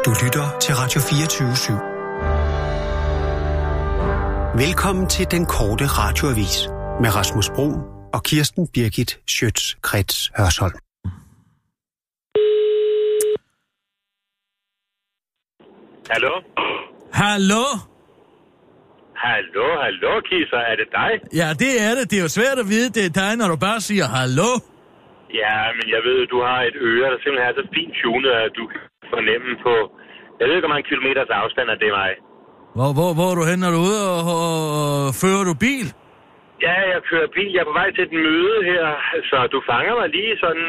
Du lytter til Radio 24/7. Velkommen til den korte radioavis med Rasmus Bruun og Kirsten Birgit Schøtz-Krets Hørsholm. Hallo? Hallo? Hallo, Kisser, er det dig? Ja, det er det. Det er jo svært at vide, det er dig, når du bare siger hallo. Ja, men jeg ved, du har et øre, der simpelthen er så fint tunet, at du kan fornemme på, jeg ved ikke, hvor mange kilometers afstand af det er mig. Hvor er du hen, når du er ude, og fører du bil? Ja, jeg kører bil. Jeg er på vej til et møde her, så du fanger mig lige sådan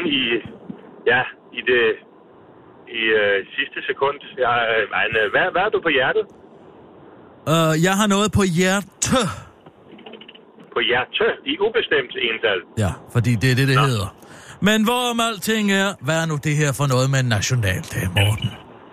i sidste sekund. Hvad er du på hjertet? Jeg har noget på hjerte. På hjerte? I ubestemt ental? Ja, fordi det er det hedder. Men hvorom alting er, hvad er nu det her for noget med en nationaldag, Morten?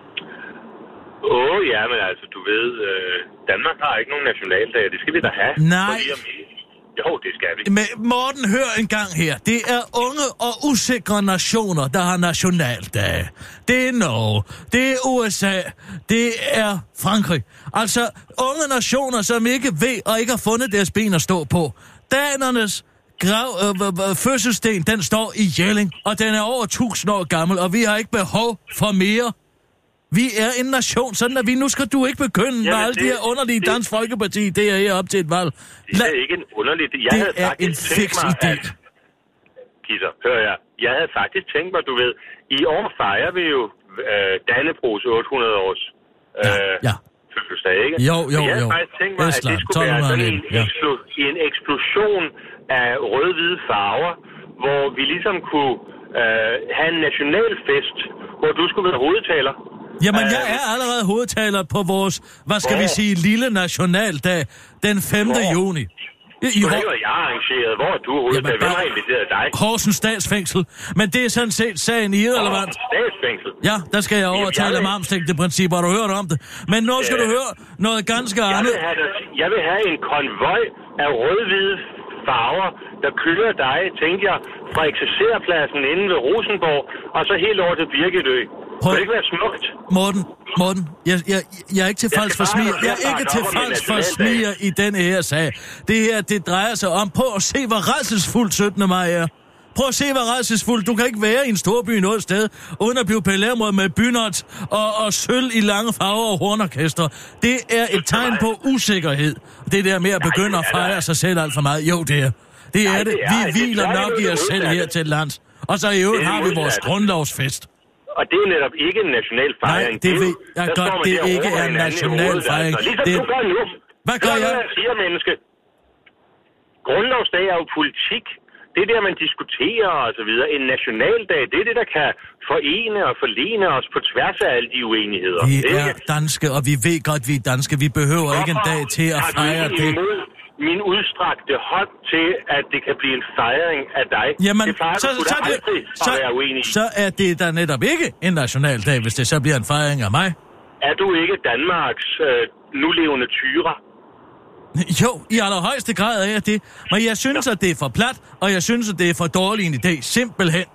Ja, men altså, du ved, Danmark har ikke nogen nationaldag. Det skal vi da have. Nej. Jo, det skal vi. Men Morten, hør en gang her. Det er unge og usikre nationer, der har nationaldag. Det er Norge, det er USA, det er Frankrig. Altså, unge nationer, som ikke ved og ikke har fundet deres ben at stå på. Danernes fødselssten, den står i Jelling, og den er over 1000 år gammel, og vi har ikke behov for mere. Vi er en nation, sådan at nu skal du ikke begynde med alle de her underlige Dansk Folkeparti, det er her op til et valg. Det er ikke en underlig... Det er en fix idé. Kisser, hør jeg. Jeg havde faktisk tænkt mig, du ved, i år fejrer vi jo Dannebrogs 800 års fødselsdag, ikke? Jo. Jeg havde faktisk tænkt mig, at det skulle være sådan en eksplosion af rød-hvide farver, hvor vi ligesom kunne have en nationalfest, hvor du skulle være hovedtaler. Jamen, jeg er allerede hovedtaler på vores, lille nationaldag, den 5. juni. Det var jeg arrangeret. Hvor er du hovedtaler? Hvem har inviteret dig? Horsens Statsfængsel. Men det er sådan set sagen irrelevant. Statsfængsel? Ja, der skal jeg overtale om armslængdeprincipper. Har du hørt om det? Men nu skal du høre noget ganske andet. Jeg vil have en konvoj af rød-hvide farver, der kører dig, tænker jeg, fra eksercerpladsen inde ved Rosenborg, og så helt over til Birgitø. Kan det ikke være smukt? Morten, jeg er ikke til falsk for smiger. Jeg er ikke til falsk for smiger i denne her sag. Det her, det drejer sig om, prøv at se, hvor rædselsfuldt 17. maj er. Prøv at se, hvor rædselsfuldt. Du kan ikke være i en storby noget sted, uden at blive belemret med bynot og sølv i lange farver og hornorkester. Det er et tegn på usikkerhed. Det der med at begynde at fejre sig selv alt for meget. Jo, det er. Det er det. Vi hviler nok i os selv her til lands. Og så i øvrigt har vi vores grundlovsfest. Og det er netop ikke en national fejring. Nej, det ved jeg godt, det ikke er en national fejring. Ligesom du gør nu. Hvad gør jeg? Det siger menneske. Grundlovsdag er jo politik. Det er der, man diskuterer og så videre. En nationaldag, det er det, der kan forene og forlene os på tværs af alle de uenigheder. Vi er danske, og vi ved godt, vi er danske. Vi behøver ikke en dag til at fejre det. Min udstrakte hånd til, at det kan blive en fejring af dig. Jamen, så er det da netop ikke en nationaldag, hvis det så bliver en fejring af mig. Er du ikke Danmarks nulevende tyre? Jo, i allerhøjeste grad er jeg det. Men jeg synes, at det er for plat, og jeg synes, at det er for dårlig en idé. Simpelthen.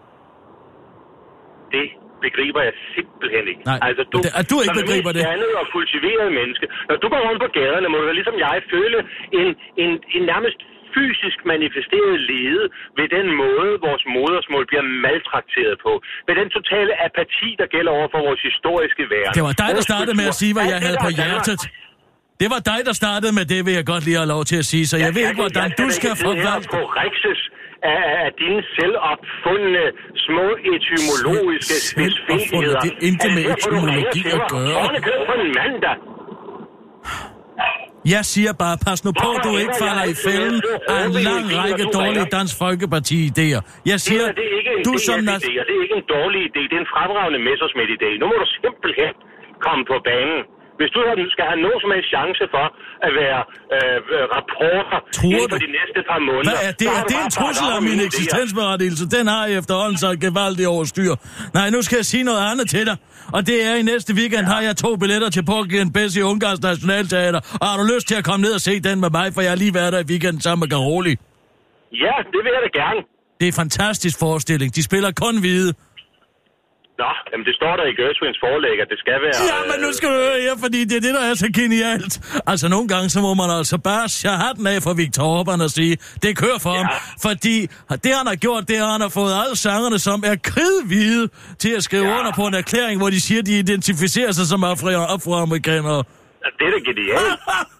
Det begriber jeg simpelthen ikke. Nej, altså, du ikke begriber det. Som og kultiveret menneske. Når du går rundt på gaderne, må du ligesom jeg føle en nærmest fysisk manifesteret lede ved den måde, vores modersmål bliver maltrakteret på. Ved den totale apati, der gælder over for vores historiske verden. Det var dig, der startede med at sige, hvad jeg havde på hjertet. Det var dig, der startede med det, vil jeg godt lige have lov til at sige. Så jeg ved ikke, hvordan du skal forvalte. Af dine selvopfundne, små etymologiske spidsfindigheder. Det er intet med etymologi at gøre. Jeg siger bare, pas nu på, du ikke falder i fælden af en lang række dårlige Dansk Folkeparti-idéer. Jeg siger, du som... Det er ikke en dårlig idé, det er en fremragende Messerschmidt-idé. Nu må du simpelthen komme på banen. Hvis du skal have nogen som helst chance for at være rapporter inden for de næste par måneder... Hvad er det? Er det en trussel af min eksistensberettigelse? Den har jeg efterhånden så gevaldigt overstyr. Nej, nu skal jeg sige noget andet til dig. Og det er, i næste weekend har jeg 2 billetter til Porgy and Bess i Ungarns Nationalteater. Og har du lyst til at komme ned og se den med mig, for jeg har lige været der i weekenden sammen med Garoli? Ja, det vil jeg da gerne. Det er en fantastisk forestilling. De spiller kun hvide. Nå, jamen det står der i Gershwins forlæg, at det skal være... Ja, men nu skal du høre her, fordi det er det, der er så genialt. Altså, nogle gange, så må man altså bare tage hatten af for Viktor Orbán og sige, det kører for ham. Fordi det, han har gjort, det er, at han har fået alle sangerne, som er kridhvide, til at skrive under på en erklæring, hvor de siger, at de identificerer sig som afroamerikanere. Det er da genialt.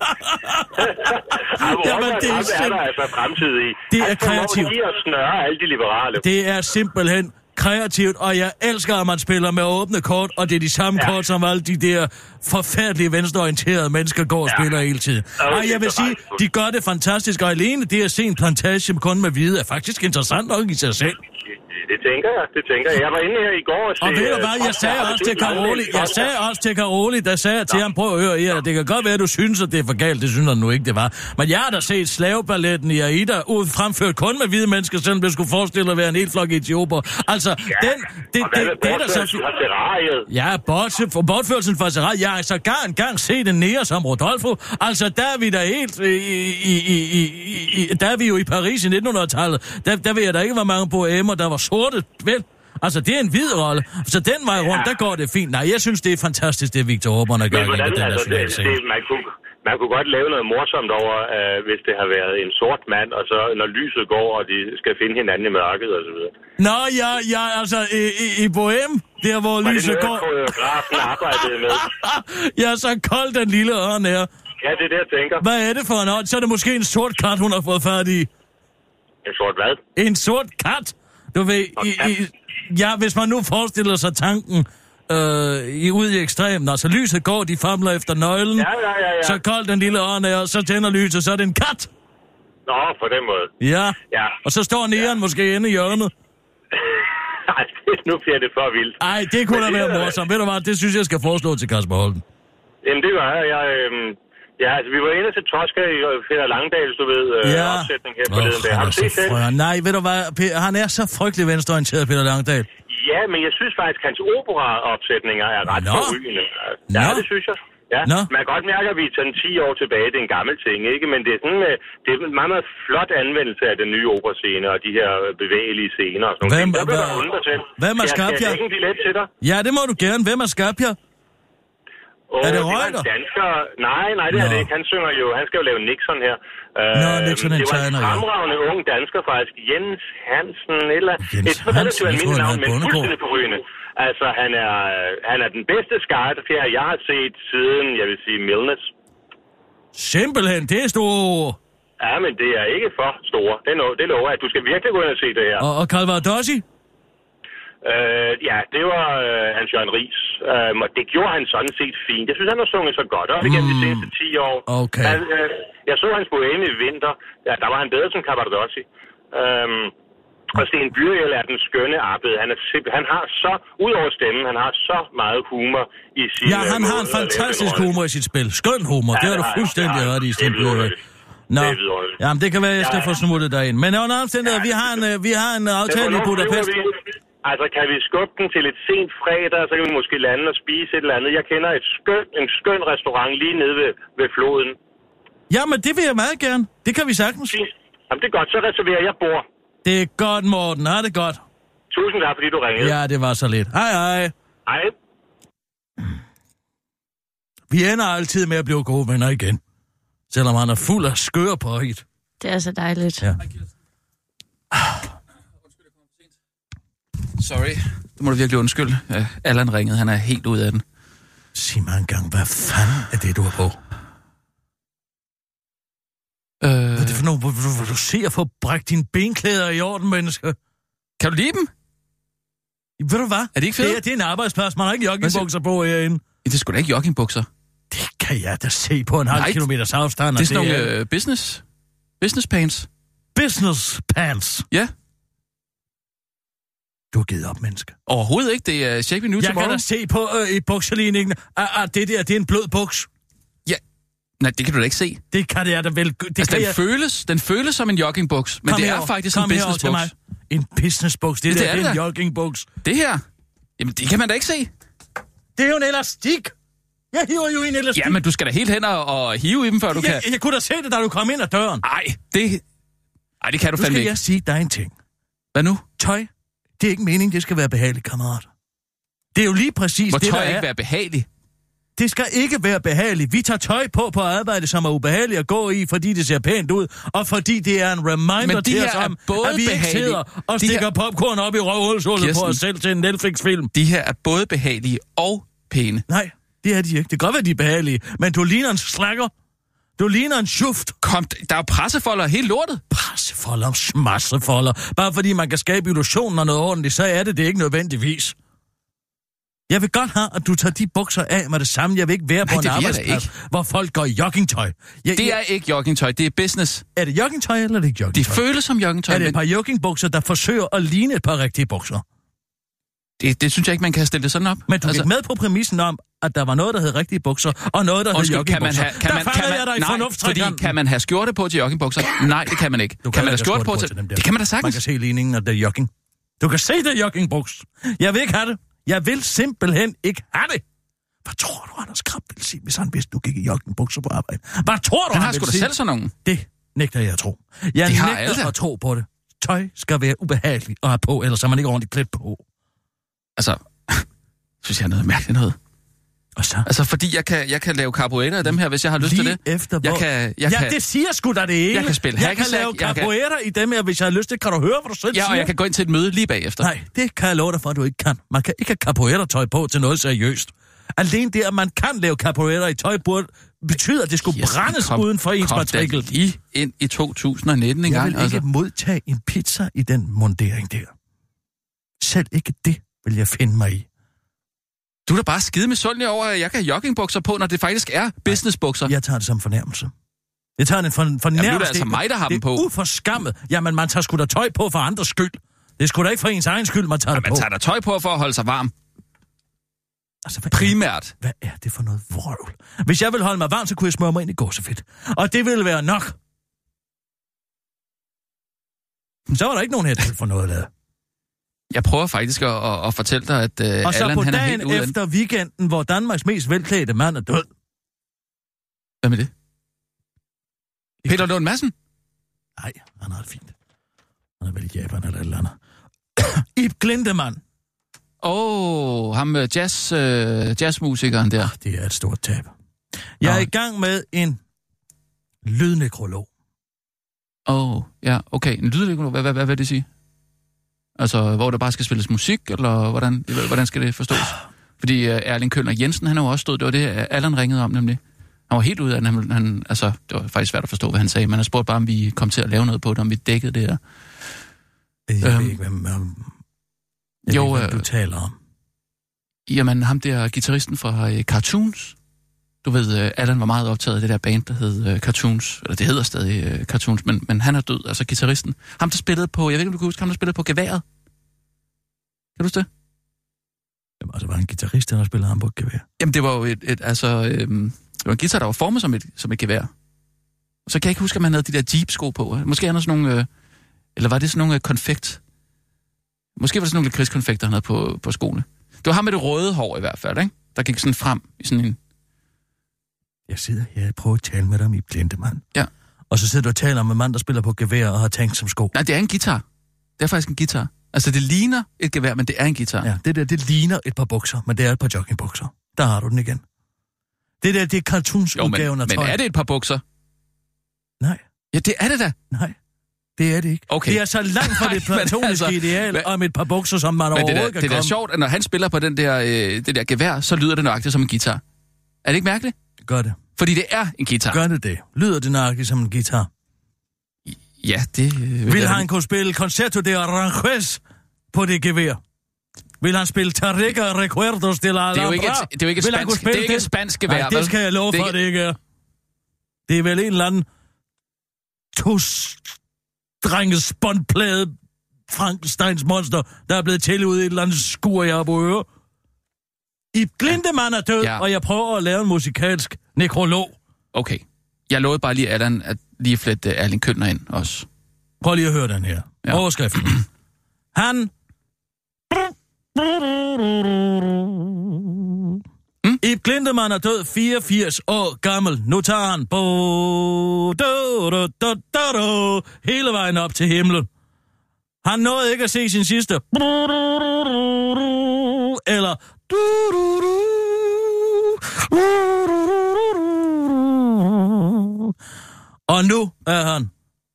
Jamen, det er der altså fremtid i. Det er kreativt. Han får snøre alle de liberale. Det er simpelthen kreativt, og jeg elsker, at man spiller med åbne kort, og det er de samme kort, som alle de der forfærdelige venstreorienterede mennesker går og spiller hele tiden. Og jeg vil sige, de gør det fantastisk, og alene det at se en plantage kun med hvide er faktisk interessant nok i sig selv. Det tænker jeg. Jeg var inde her i går og ved du hvad, jeg sagde også til Karoli, der sagde jeg til ham, prøv at høre her, det kan godt være, at du synes, at det er for galt, det synes han nu ikke, det var. Men jeg har da set slaveballetten i Aida fremført kun med hvide mennesker, selvom det skulle forestille at være en helt flok etioper. Altså, det er der så... Ja, bortførelsen fra Serrat. Jeg har så engang set en nære som Rodolfo. Altså, der er vi da helt der er vi jo i Paris i 1900-tallet. Der ved jeg da ikke, hvor mange bohemer, der var sorte, vel? Altså, det er en hvid rolle. Så den vej rundt, der går det fint. Nej, jeg synes, det er fantastisk, det Viktor Orbán har gjort i den nationale sag. Man kunne godt lave noget morsomt over, hvis det har været en sort mand, og så når lyset går, og de skal finde hinanden i mørket, og så videre. Nå, ja, altså, i Bohème, der hvor lyset går... Var det noget, koreografen arbejdede med? Ja, så kold den lille ørn her. Ja, det er det, jeg tænker. Hvad er det for en ørn? Så er det måske en sort kat, hun har fået fat i. En sort hvad? En sort kat? Du ved, ja, hvis man nu forestiller sig tanken ud i ekstremen, altså lyset går, de famler efter nøglen, så kold den lille ørn er, og så tænder lyset, så er det en kat. Nå, på den måde. Ja. Og så står næren måske inde i hjørnet. Nej, nu bliver det for vildt. Ej, det kunne da være morsomt. Ved du hvad, det synes jeg skal foreslå til Kasper Holten. Jamen, det var jeg. Ja, altså, vi var inde til Tosca i Peter Langdals, du ved, opsætning her forleden dag. Har du set det? Nej, ved du hvad, han er så frygtelig venstreorienteret, Peter Langdal. Ja, men jeg synes faktisk, at hans operaopsætninger er ret forrygende. Ja, det synes jeg. Ja, man kan godt mærke, at vi er sådan 10 år tilbage. Det er en gammel ting, ikke? Men det er sådan det er en meget, meget flot anvendelse af den nye operascene og de her bevægelige scener og sådan noget. Hvem er Skabja? Jeg kan en billet til dig. Ja, det må du gerne. Hvem er Skabja? Er det Reuter? Nej, det er det ikke. Han synger jo, han skal jo lave Nixon her. Nixon det var en fremragende ung dansker faktisk. Jens Hansen, eller... Jens Hansen, jeg tror, han er fuldstændig forrygende. Altså, han er den bedste skartefjer, jeg har set siden, jeg vil sige, Milnes. Simpelthen, det er store ord. Ja, men det er ikke for store. Det lover jeg. Du skal virkelig gå ind og se det her. Og Calvadossi? Ja, det var Hans-Jørgen Riis. Det gjorde han sådan set fint. Jeg synes, han har sunget så godt op igennem de seneste 10 år. Okay. Jeg så hans Bohème i vinter. Ja, der var han bedre som Cavaradossi. Og Sten Byriel er den skønne arbejde. Han har så, udover stemmen, han har så meget humor i sin... Ja, han har en fantastisk humor i sit spil. Skøn humor, det har du fuldstændig ret i, Sten Byriel. Nå, jamen det kan være, jeg skal få smuttet derind. Men under omstændighed, vi har en aftale i Budapest. Altså, kan vi skubbe den til et sent fredag, så kan vi måske lande og spise et eller andet. Jeg kender en skøn restaurant lige nede ved floden. Ja, men det vil jeg meget gerne. Det kan vi sagtens. Jamen, det er godt. Så reserverer jeg bord. Det er godt, Morten. Ha' det godt. Tusind tak, fordi du ringede. Ja, det var så lidt. Hej, hej. Hej. Vi ender altid med at blive gode venner igen. Selvom han er fuld af skør på hit. Det er så dejligt. Ja. Sorry. Det må du virkelig undskylde. Allan ringede, han er helt ude af den. Sig mig engang, hvad fanden er det, du er på? Hvad er det for noget? Vil du se at få brækt dine benklæder i orden, menneske? Kan du lide dem? Ved du hvad? Er det ikke fedt? Det er en arbejdsplads. Man har ikke joggingbukser på herinde. Det er sgu da ikke joggingbukser. Det kan jeg da se på en halv kilometers afstand. Det er sådan nogle business pants. Business pants? Ja. Du har givet op, menneske. Overhovedet ikke. Det er Shake Me New Tomorrow. Jeg kan da se på i bukseligningen, at det der, det er en blød buks. Ja. Nej, det kan du da ikke se. Det kan jeg da vel... Den føles som en joggingbuks, men det er faktisk en businessbuks. En businessbuks, det er en joggingbuks. Det her? Jamen, det kan man da ikke se. Det er jo en elastik. Jeg hiver jo en elastik. Jamen, du skal da helt hen og hive i dem, før du kan... Jeg kunne da se det, da du kom ind ad døren. Ej, det kan du fandme ikke. Nu skal jeg sige dig en ting. Hvad nu? Tøj. Det er ikke meningen, det skal være behageligt, kammerat. Det er jo lige præcis det, der er. Må tøj ikke være behageligt? Det skal ikke være behageligt. Vi tager tøj på arbejde, som er ubehageligt at gå i, fordi det ser pænt ud, og fordi det er en reminder til os om, at vi ikke sidder og stikker popcorn op i røvhulshullet på os selv til en Netflix-film. De her er både behagelige og pæne. Nej, det er de ikke. Det kan godt være, de er behagelige, men du ligner en slakker. Du ligner en schuft. Der er pressefolder helt lortet. Pressefolder, smassefolder. Bare fordi man kan skabe illusionen og noget ordentligt, så er det ikke nødvendigvis. Jeg vil godt have, at du tager de bukser af med det samme. Jeg vil ikke være på en arbejdsplads, hvor folk går i joggingtøj. Det er ikke joggingtøj, det er business. Er det joggingtøj, eller er det ikke joggingtøj? Det føles som joggingtøj. Er det et par joggingbukser, der forsøger at ligne et par rigtige bukser? Det synes jeg ikke, man kan stille det sådan op. Men du gik med på præmissen om, at der var noget, der hed rigtige bukser, og noget, der hed joggingbukser. Kan man have skjorte på til joggingbukser? Nej, det kan man ikke. Kan man have skjorte på til dem? Det kan man da sagtens. Man kan se ligningen af det jogging. Du kan se det joggingbuks. Jeg vil ikke have det. Jeg vil simpelthen ikke have det. Hvad tror du, Anders Krab vil sige, hvis han vidste, du gik i joggingbukser på arbejde? Hvad tror du, han har sgu da selv sådan nogen. Det nægter jeg at tro. Jeg nægter at tro på det. Tøj skal være ubehageligt at have på, ellers er man ikke ordentligt klædt på. Altså, synes jeg er noget mærkeligt noget. Og så? Altså, fordi jeg kan lave capoeira af dem her, hvis jeg har lyst til det. Efter hvor... det siger sgu da det hele. Jeg kan spille jeg kan lave capoeira i dem her, hvis jeg har lyst til. Kan du høre, hvad du selv siger? Ja, og jeg kan gå ind til et møde lige bagefter. Nej, det kan jeg love dig for, at du ikke kan. Man kan ikke have capoeira-tøj på til noget seriøst. Alene det, at man kan lave capoeira i tøj, betyder, at det skulle brændes uden for ens matrikel. Kom lige ind i 2019 en gang. Jeg vil ikke modtage en pizza i den mundering der. Selv ikke det vil jeg finde mig i. Du er da bare skide misundelig over, at jeg kan have joggingbukser på, når det faktisk er businessbukser. Jeg tager det som fornærmelse. Jeg tager det fornærmelse. Jamen, nu er det altså mig, der har dem på. Det er uforskammet. Jamen, man tager sgu da tøj på for andres skyld. Det er sgu da ikke for ens egen skyld, man tager det på. Man tager da tøj på for at holde sig varm. Altså, primært. Hvad er det for noget vrøvl? Hvis jeg ville holde mig varm, så kunne jeg smøre mig ind i gåsefedt. Og det ville være nok. Men så var der ikke nogen her, der for noget lavet. Jeg prøver faktisk at fortælle dig, at og så Allan, på han dagen er helt efter weekenden, hvor Danmarks mest velklædte mand er død. Hvad med det? Peter Lund Madsen? Nej, han har det fint. Han er vel i Japan eller et eller andet. Ib Glindemann. Ham jazzmusikeren der. Det er et stort tab. Jeg er i gang med en lydnekrolog. Ja, okay. En lydnekrolog, hvad vil det sige? Altså, hvor der bare skal spilles musik, eller hvordan skal det forstås? Fordi Erling Køller Jensen, han har jo også stået, det var det, Allan ringede om nemlig. Han var helt ude af den, altså, det var faktisk svært at forstå, hvad han sagde, men han spurgte bare, om vi kom til at lave noget på det, om vi dækkede det her. Jeg ved ikke, hvem du taler om. Jamen, ham der guitaristen fra Cartoons. Du ved, Allan var meget optaget af det der band, der hed Cartoons, eller det hedder stadig Cartoons, men han er død, altså guitaristen. Ham, der spillede på, jeg ved ikke, om du kan huske, ham, der spillede på geværet. Kan du huske det? Jamen, altså, var en guitarist, der spillede ham på et gevær? Jamen, det var jo det var en guitar, der var formet som et gevær. Og så kan jeg ikke huske, om han havde de der Jeep-sko på. Måske han havde sådan nogle, eller var det sådan nogle konfekt? Måske var det sådan nogle lakridskonfekter, han havde på skoene. Det var ham med det røde hår i hvert fald, ikke? Der gik sådan frem i sådan en... Jeg sidder her og prøver at tale med dig om Ib Glindemann. Ja. Og så sidder du og taler om en mand, der spiller på gevær og har tank som sko. Nej, det er en guitar. Det er faktisk en guitar. Altså, det ligner et gevær, men det er en guitar. Ja, det ligner et par bukser, men det er et par joggingbukser. Der har du den igen. Det er Cartoons-udgaven af tøj. Men er det et par bukser? Nej. Ja, det er det da. Nej, det er det ikke. Okay. Det er så langt fra det platoniske ideal om et par bukser, som man overhovedet kan komme. Det er sjovt, at når han spiller på det der gevær, så lyder det nøjagtigt som en guitar. Er det ikke mærkeligt? Gør det. Fordi det er en guitar. Gør det. Lyder det nøjagtigt som en guitar? Ja, det... Vil han kunne spille Concerto de Aranjuez på det gevær? Vil han spille Tarrega Recuerdos de la Alhambra? Det er jo ikke et spansk gevær. Nej, det skal jeg love for, det ikke er. Det er vel en eller anden to-drenges spåndplade Frankensteins monster, der er blevet til ud i et eller andet skur, jeg har på øre. Ib Glindemann er død, og jeg prøver at lave en musikalsk nekrolog. Okay. Jeg lovede bare lige Allan at lige flette Erling Køller ind også. Prøv lige at høre den her. Ja. Overskriften. Han... Ib Glindemann er død 84 år gammel. Nu tager han hele vejen op til himlen. Han nåede ikke at se sin sidste eller Og nu er han.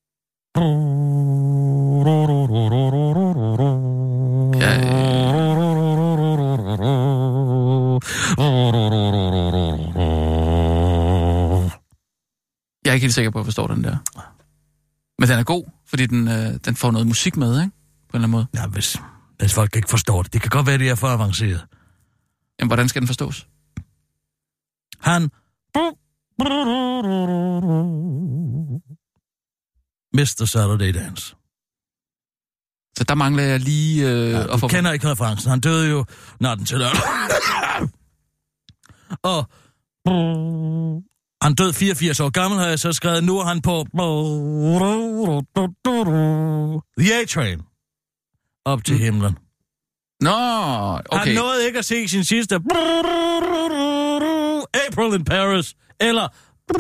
Jeg er ikke helt sikker på, at jeg forstår den der. Men den er god, fordi den får noget musik med, ikke? På en eller anden måde. Ja, hvis folk ikke forstår det. Det kan godt være, det er for avanceret. Jamen, hvordan skal den forstås? Han... Mr. Saturday Dance. Så der mangler jeg lige... Du kender ikke referencen. Han døde jo natten til lørdag. Og... Han døde 84 år gammel, har jeg så skrevet. Nu er han på... The A-Train. Op til himlen. Nå, okay. Han nåede ikke at se sin sidste... April in Paris. Eller...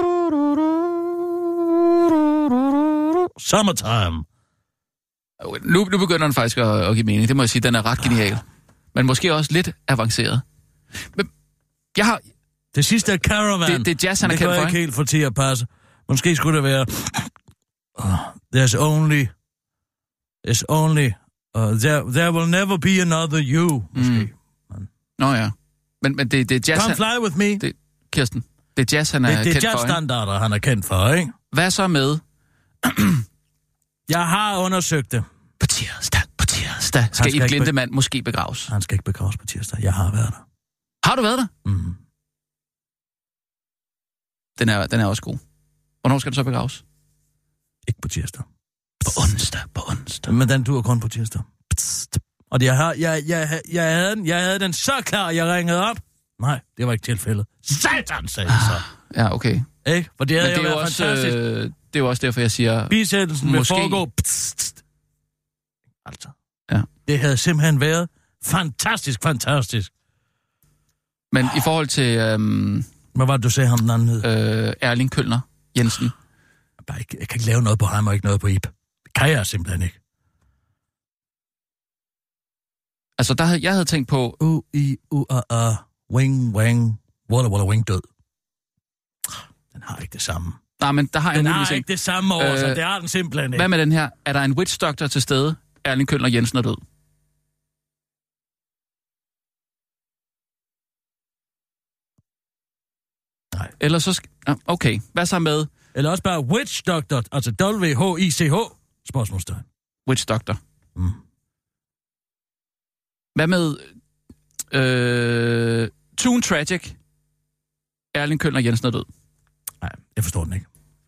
Summertime. Nu begynder den faktisk at give mening. Det må jeg sige, den er ret genial. Men måske også lidt avanceret. Men jeg har... Det sidste er Caravan. Det er jazz, han er kendt for, ikke? Det går ikke helt for til at passe. Måske skulle det være... There's only... there will never be another you. Måske. Nå ja. Men det er jazz... Come fly with me. Kirsten, det er jazz, han er kendt for, Det er jazzstandarder, han er kendt for, ikke? Hvad så med... Jeg har undersøgt det. På tirsdag. Skal Ib Glindemann måske begraves? Han skal ikke begraves på tirsdag. Jeg har været der. Har du været der? Mm. Den er også god. Hvornår skal den så begraves? Ikke på tirsdag. På onsdag. Men den duer kun på tirsdag. Og jeg havde den så klar, jeg ringede op. Nej, det var ikke tilfældet. Satan, sagde jeg så. Ja, okay. Ikke? For det havde jo været fantastisk. Det er jo også derfor, jeg siger... Bisættelsen vil foregå... Altså. Ja. Det havde simpelthen været fantastisk. Men i forhold til... Hvad var det, du sagde ham den anden hed? Erling Kølner Jensen. Jeg kan ikke lave noget på ham og ikke noget på Ib. Det kan jeg simpelthen ikke. Altså, jeg havde tænkt på... Wing, Walla Wing død. Den har ikke det samme. Nej, men der har jeg den har ikke det samme over, så det har den simpelthen ikke. Hvad med den her? Er der en witch doctor til stede? Erling Kølner Jensen er død. Nej. Eller så... Okay, hvad så med... Eller også bare witch doctor, altså W-H-I-C-H, spørgsmålstegn. Witch doctor. Hvad med... Toon Tragic. Erling Kølner Jensen er død. Nej, jeg forstår den ikke.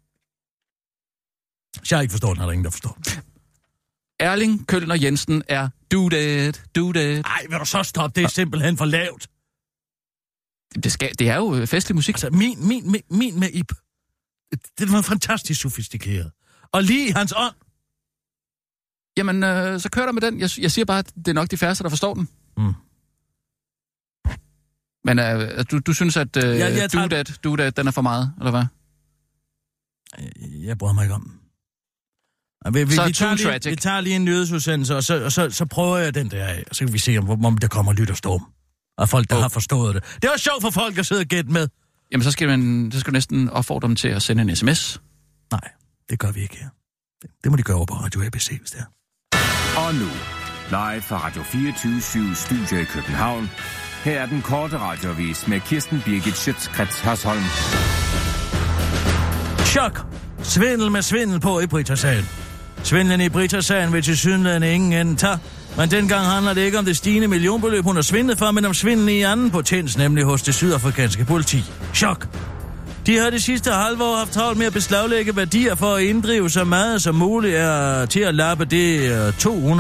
Hvis jeg ikke forstår den, er der ingen, der forstår den. Erling Kølner Jensen er do that. Nej, vil du så stoppe? Det er simpelthen for lavt. Det er jo festlig musik. Altså, min med Ib. Det var fantastisk sofistikeret. Og lige hans ånd. Jamen, så kører der med den. Jeg siger bare, at det er nok de færreste, der forstår den. Men du synes, at do that, den er for meget, eller hvad? Jeg bryder mig ikke om den. Vi tager lige en nyhedsudsendelse, og så prøver jeg den der af, og så kan vi se, om der kommer lytterstorm. Og folk, der har forstået det. Det er også sjovt for folk at sidde og gætte med. Jamen, så skal du næsten opfordre dem til at sende en sms. Nej, det gør vi ikke her. Det må de gøre over på Radio ABC, hvis det er. Og nu, live fra Radio 24/7 Studio i København. Her er den korte radioavis med Kirsten Birgit Schøtz-Krets Hørsholm. Chok! Svindel med svindel på i Brita-sagen. Svindlen i Brita-sagen vil tilsyneladende ingen ende tage. Men dengang handler det ikke om det stigende millionbeløb, hun har svindlet for, men om svindlen i anden potens, nemlig hos det sydafrikanske politi. Chok! De har det sidste halve år haft travlt med at beslaglægge værdier for at inddrive så meget som muligt til at lappe det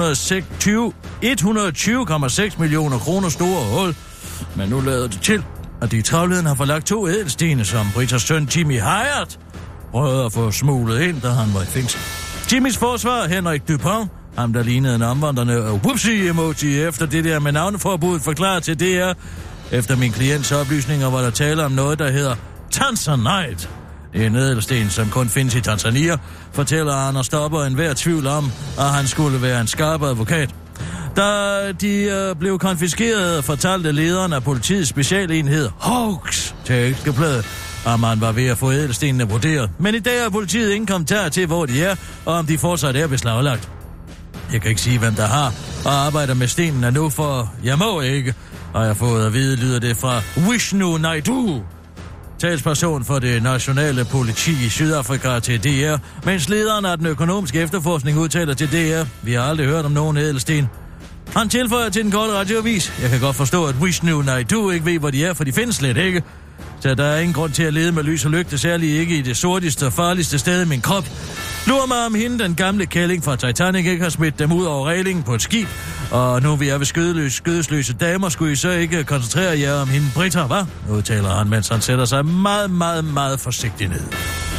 120,6 millioner kroner store hul. Men nu lader det til, at de i travlheden har forlagt 2 ædelstene, som Britas søn Jimmy Hyatt prøvede at få smuglet ind, da han var i fængsel. Jimmys forsvar, Henrik Dupont, ham der lignede en omvandrende whoopsie-emoji efter det der med navneforbuddet, forklaret til DR. Efter min klients oplysninger var der tale om noget, der hedder Tanzanite. Det er en ædelsten, som kun findes i Tanzania, fortæller han og stopper enhver tvivl om, at han skulle være en skarp advokat. Da de blev konfiskeret, fortalte lederen af politiets specialenhed Hawks til Ekstrabladet, at man var ved at få ædelstenene vurderet. Men i dag har politiet ingen kommentar til, hvor de er, og om de fortsat er beslaglagt. Jeg kan ikke sige, hvem der har og arbejder med stenene nu, for jeg må ikke. Og jeg har fået at vide, lyder det fra Vishnu Naidu, talsperson for det nationale politi i Sydafrika til DR, mens lederen af den økonomiske efterforskning udtaler til DR, vi har aldrig hørt om nogen ædelsten. Han tilføjer til den korte radioavis, jeg kan godt forstå, at Vishnu Naidu ikke ved, hvor de er, for de findes slet ikke. Så der er ingen grund til at lede med lys og lygte, særligt ikke i det sorteste og farligste sted i min krop. Lurer mig om hende, den gamle kælling fra Titanic, ikke har smidt dem ud over reglingen på et skib. Og nu vi er ved skødesløse damer, skulle I så ikke koncentrere jer om hende Britta, hva? Udtaler han, mens han sætter sig meget, meget, meget forsigtigt ned.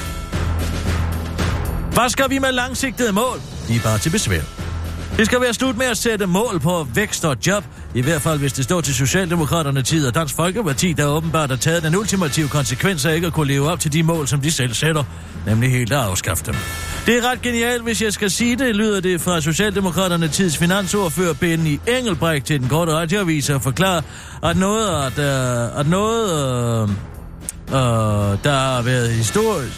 Hvad skal vi med langsigtede mål? De er bare til besvær. Det skal være slut med at sætte mål på vækst og job, i hvert fald hvis det står til Socialdemokraterne tid og Dansk Folkeparti, der åbenbart har taget den ultimative konsekvens af ikke at kunne leve op til de mål, som de selv sætter, nemlig helt at afskaffe dem. Det er ret genialt, hvis jeg skal sige det, lyder det fra Socialdemokraterne tids finansordfører Benny Engelbrecht til den korte radioavis og forklarer, at der har været historisk,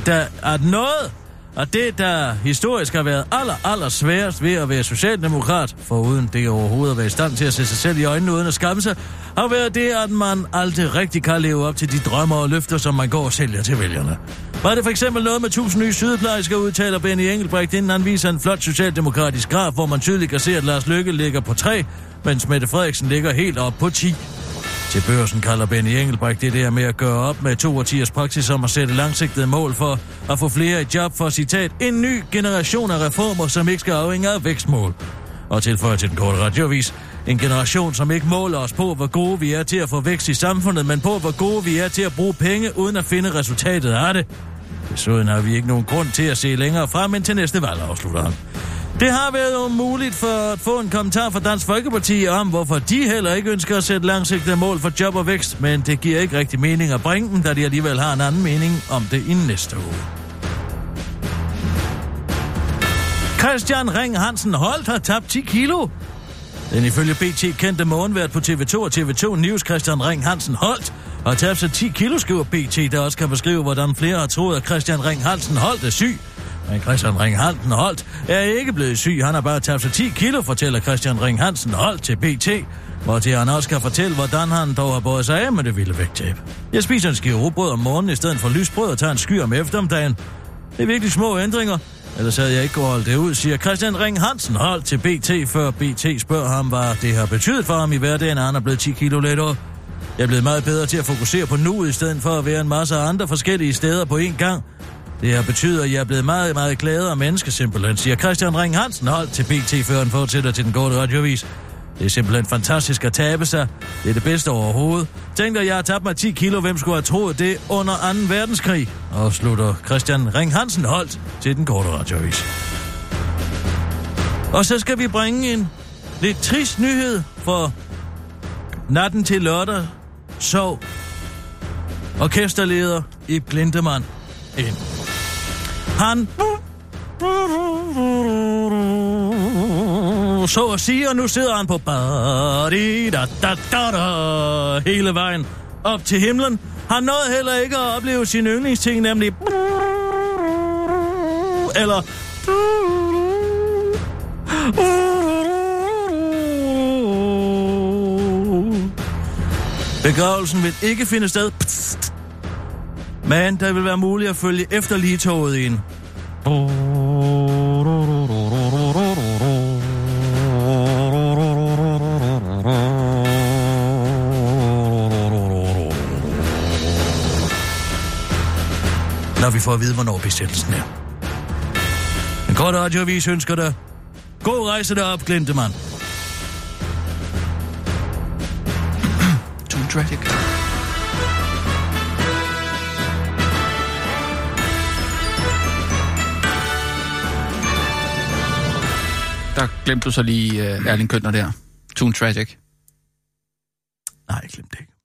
og det, der historisk har været aller sværest ved at være socialdemokrat, foruden det overhovedet at være i stand til at se sig selv i øjnene uden at skamme sig, har været det, at man aldrig rigtig kan leve op til de drømmer og løfter, som man går og sælger til vælgerne. Var det for eksempel noget med 1000 nye sygeplejersker, udtaler Benny Engelbrecht, inden han viser en flot socialdemokratisk graf, hvor man tydeligt kan se, at Lars Løkke ligger på 3, mens Mette Frederiksen ligger helt op på 10. Til Børsen kalder Benny Engelbrecht det der med at gøre op med 2 årtiers praksis om at sætte langsigtede mål for at få flere i job for, citat, en ny generation af reformer, som ikke skal afhænge af vækstmål. Og tilføjer til den korte radioavis, en generation, som ikke måler os på, hvor gode vi er til at få vækst i samfundet, men på, hvor gode vi er til at bruge penge, uden at finde resultatet af det. Desuden har vi ikke nogen grund til at se længere frem, end til næste valg, afslutter han. Det har været muligt for at få en kommentar fra Dansk Folkeparti om, hvorfor de heller ikke ønsker at sætte langsigtede mål for job og vækst, men det giver ikke rigtig mening at bringe dem, da de alligevel har en anden mening om det i næste uge. Christian Ring Hansen Holt har tabt 10 kilo. Den ifølge BT kendte morgenvært på TV2 og TV2 News Christian Ring Hansen Holt har tabt sig 10 kilo, skriver BT, der også kan beskrive, hvordan flere har troet, at Christian Ring Hansen Holt er syg. Men Christian Ring Hansen Holt er ikke blevet syg. Han har bare tabt sig 10 kilo, fortæller Christian Ring Hansen Holt til BT, hvor til han også kan fortælle, hvordan han dog har båret sig af med det vilde vægttab. Jeg spiser en skive rugbrød om morgenen i stedet for lysbrød og tager en sky om eftermiddagen. Det er virkelig små ændringer. Ellers havde jeg ikke kunne holde det ud, siger Christian Ring Hansen Holt til BT, før BT spørger ham, hvad det har betydet for ham i hverdagen, at han er blevet 10 kilo lettere. Jeg er blevet meget bedre til at fokusere på nuet, i stedet for at være en masse andre forskellige steder på én gang. Det her betyder, at jeg er blevet meget, meget gladere menneske, simpelthen, siger Christian Ring Hansen Holt til BT, før han fortsætter til den korte radioavis. Det er simpelthen fantastisk at tabe sig. Det er det bedste overhovedet. Tænk dig, at jeg har tabt mig 10 kilo. Hvem skulle have troet det under 2. verdenskrig? Og slutter Christian Ring Hansen Holt til den korte radioavis. Og så skal vi bringe en lidt trist nyhed for natten til lørdag. Så orkesterleder Ib Glindemann ind. Han så at sige, og nu sidder han på hele vejen op til himlen. Han nåede heller ikke at opleve sin yndlingsting, nemlig eller begravelsen vil ikke finde sted. Men der vil være muligt at følge efter ligetoget ind. Når vi får at vide, hvornår besættelsen er. En kort radioavis ønsker dig god rejse derop, Glindemann. Too tragic. Der glemte du så lige Erling Køntner der. Too tragic. Nej, jeg glemte det ikke.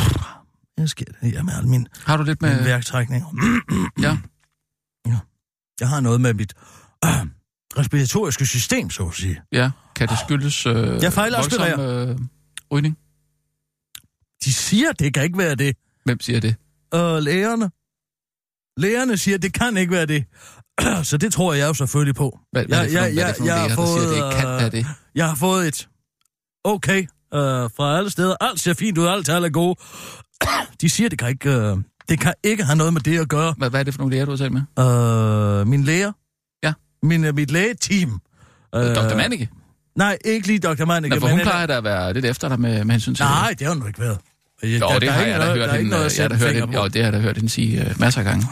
Jeg sker det her med alle mine, har du lidt med værktrækninger. Ja. Ja. Jeg har noget med mit respiratoriske system, så at sige. Ja, kan det skyldes jeg voldsom rygning? De siger, det kan ikke være det. Hvem siger det? Lægerne. Lægerne siger, det kan ikke være det. Så det tror jeg jo selvfølgelig på. Hvad er det for nogle læger, der siger, det ikke kan være det? Jeg har fået et okay fra alle steder. Alt ser fint ud, alt er gode. De siger, det kan ikke have noget med det at gøre. Hvad er det for nogle læger, du har talt med? Min læger. Ja. Mit lægeteam. Dr. Manneke? Nej, ikke lige Dr. Manneke. Men for hun plejer da at være lidt efter dig med hensyn til... Nej, det har hun ikke været. Jo, det har jeg da hørt hende. Jo, det har jeg da hørt hende sige masser af gange.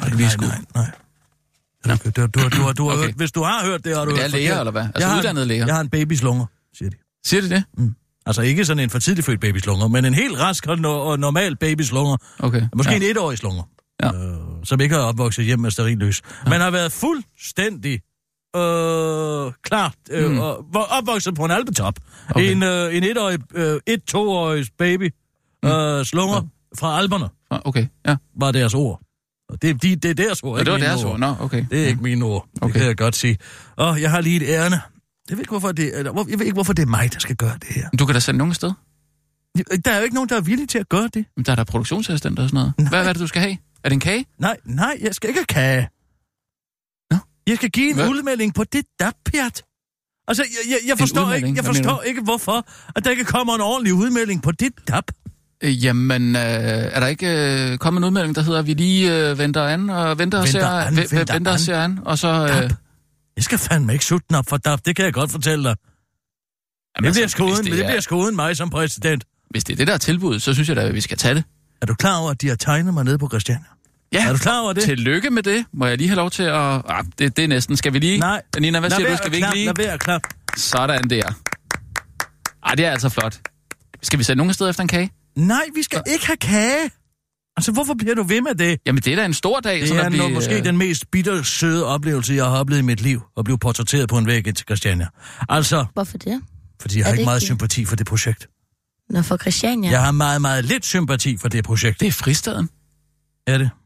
Nej. Hvis du har hørt det, har du hørt. Det er læger, eller hvad? Altså uddannede læger? Jeg har en babys lunger, siger de. Siger de det? Mm. Altså ikke sådan en for tidligt født babys lunger, men en helt rask og normal babys lunger. Okay. Måske en 1-årig lunger. Ja. Som ikke har opvokset hjem med sterillys. Ja. Man har været fuldstændig klart opvokset på en alpetop. Okay. En 1-årig, 1-2-årig baby slunger fra Alperne. Okay, ja. Var deres ord. Og det er deres ord, ikke det var mine deres ord. Nå, okay. Det er ikke mine ord. Okay. Det kan jeg godt sige. Jeg har lige et ærne. Jeg ved ikke, hvorfor det er mig, der skal gøre det her. Du kan da sende nogen sted. Der er jo ikke nogen, der er villige til at gøre det. Men der er der produktionsassistenter og sådan noget. Nej. Hvad er det, du skal have? Er det en kage? Nej, jeg skal ikke have kage. Nå? Jeg skal give en udmelding på det dapjat. Altså, jeg forstår ikke, hvorfor at der ikke kommer en ordentlig udmelding på det dap. Jamen, er der ikke kommet en udmelding, der hedder, at vi lige venter an og venter og ser an, og så... Jeg skal fandme ikke sutte den op for DAP, det kan jeg godt fortælle dig. Jamen, det bliver skoden mig som præsident. Hvis det er det, der er tilbud, så synes jeg da, at vi skal tage det. Er du klar over, at de har tegnet mig nede på Christiania? Ja, er du klar over det? Tillykke med det. Må jeg lige have lov til at... det er næsten. Skal vi lige... Nej. Nina, hvad siger du? Skal vi ikke lige... Lad være klap. Sådan der. Det er altså flot. Skal vi sætte nogen sted efter en kage? Nej, vi skal ikke have kage. Altså, hvorfor bliver du ved med det? Jamen, det er da en stor dag. Det er måske den mest bittersøde oplevelse, jeg har oplevet i mit liv, at blive portrætteret på en væg til Christiania. Altså... Hvorfor det? Fordi jeg har ikke meget sympati for det projekt. Nå, for Christiania? Jeg har meget, meget lidt sympati for det projekt. Det er fristaden. Er det?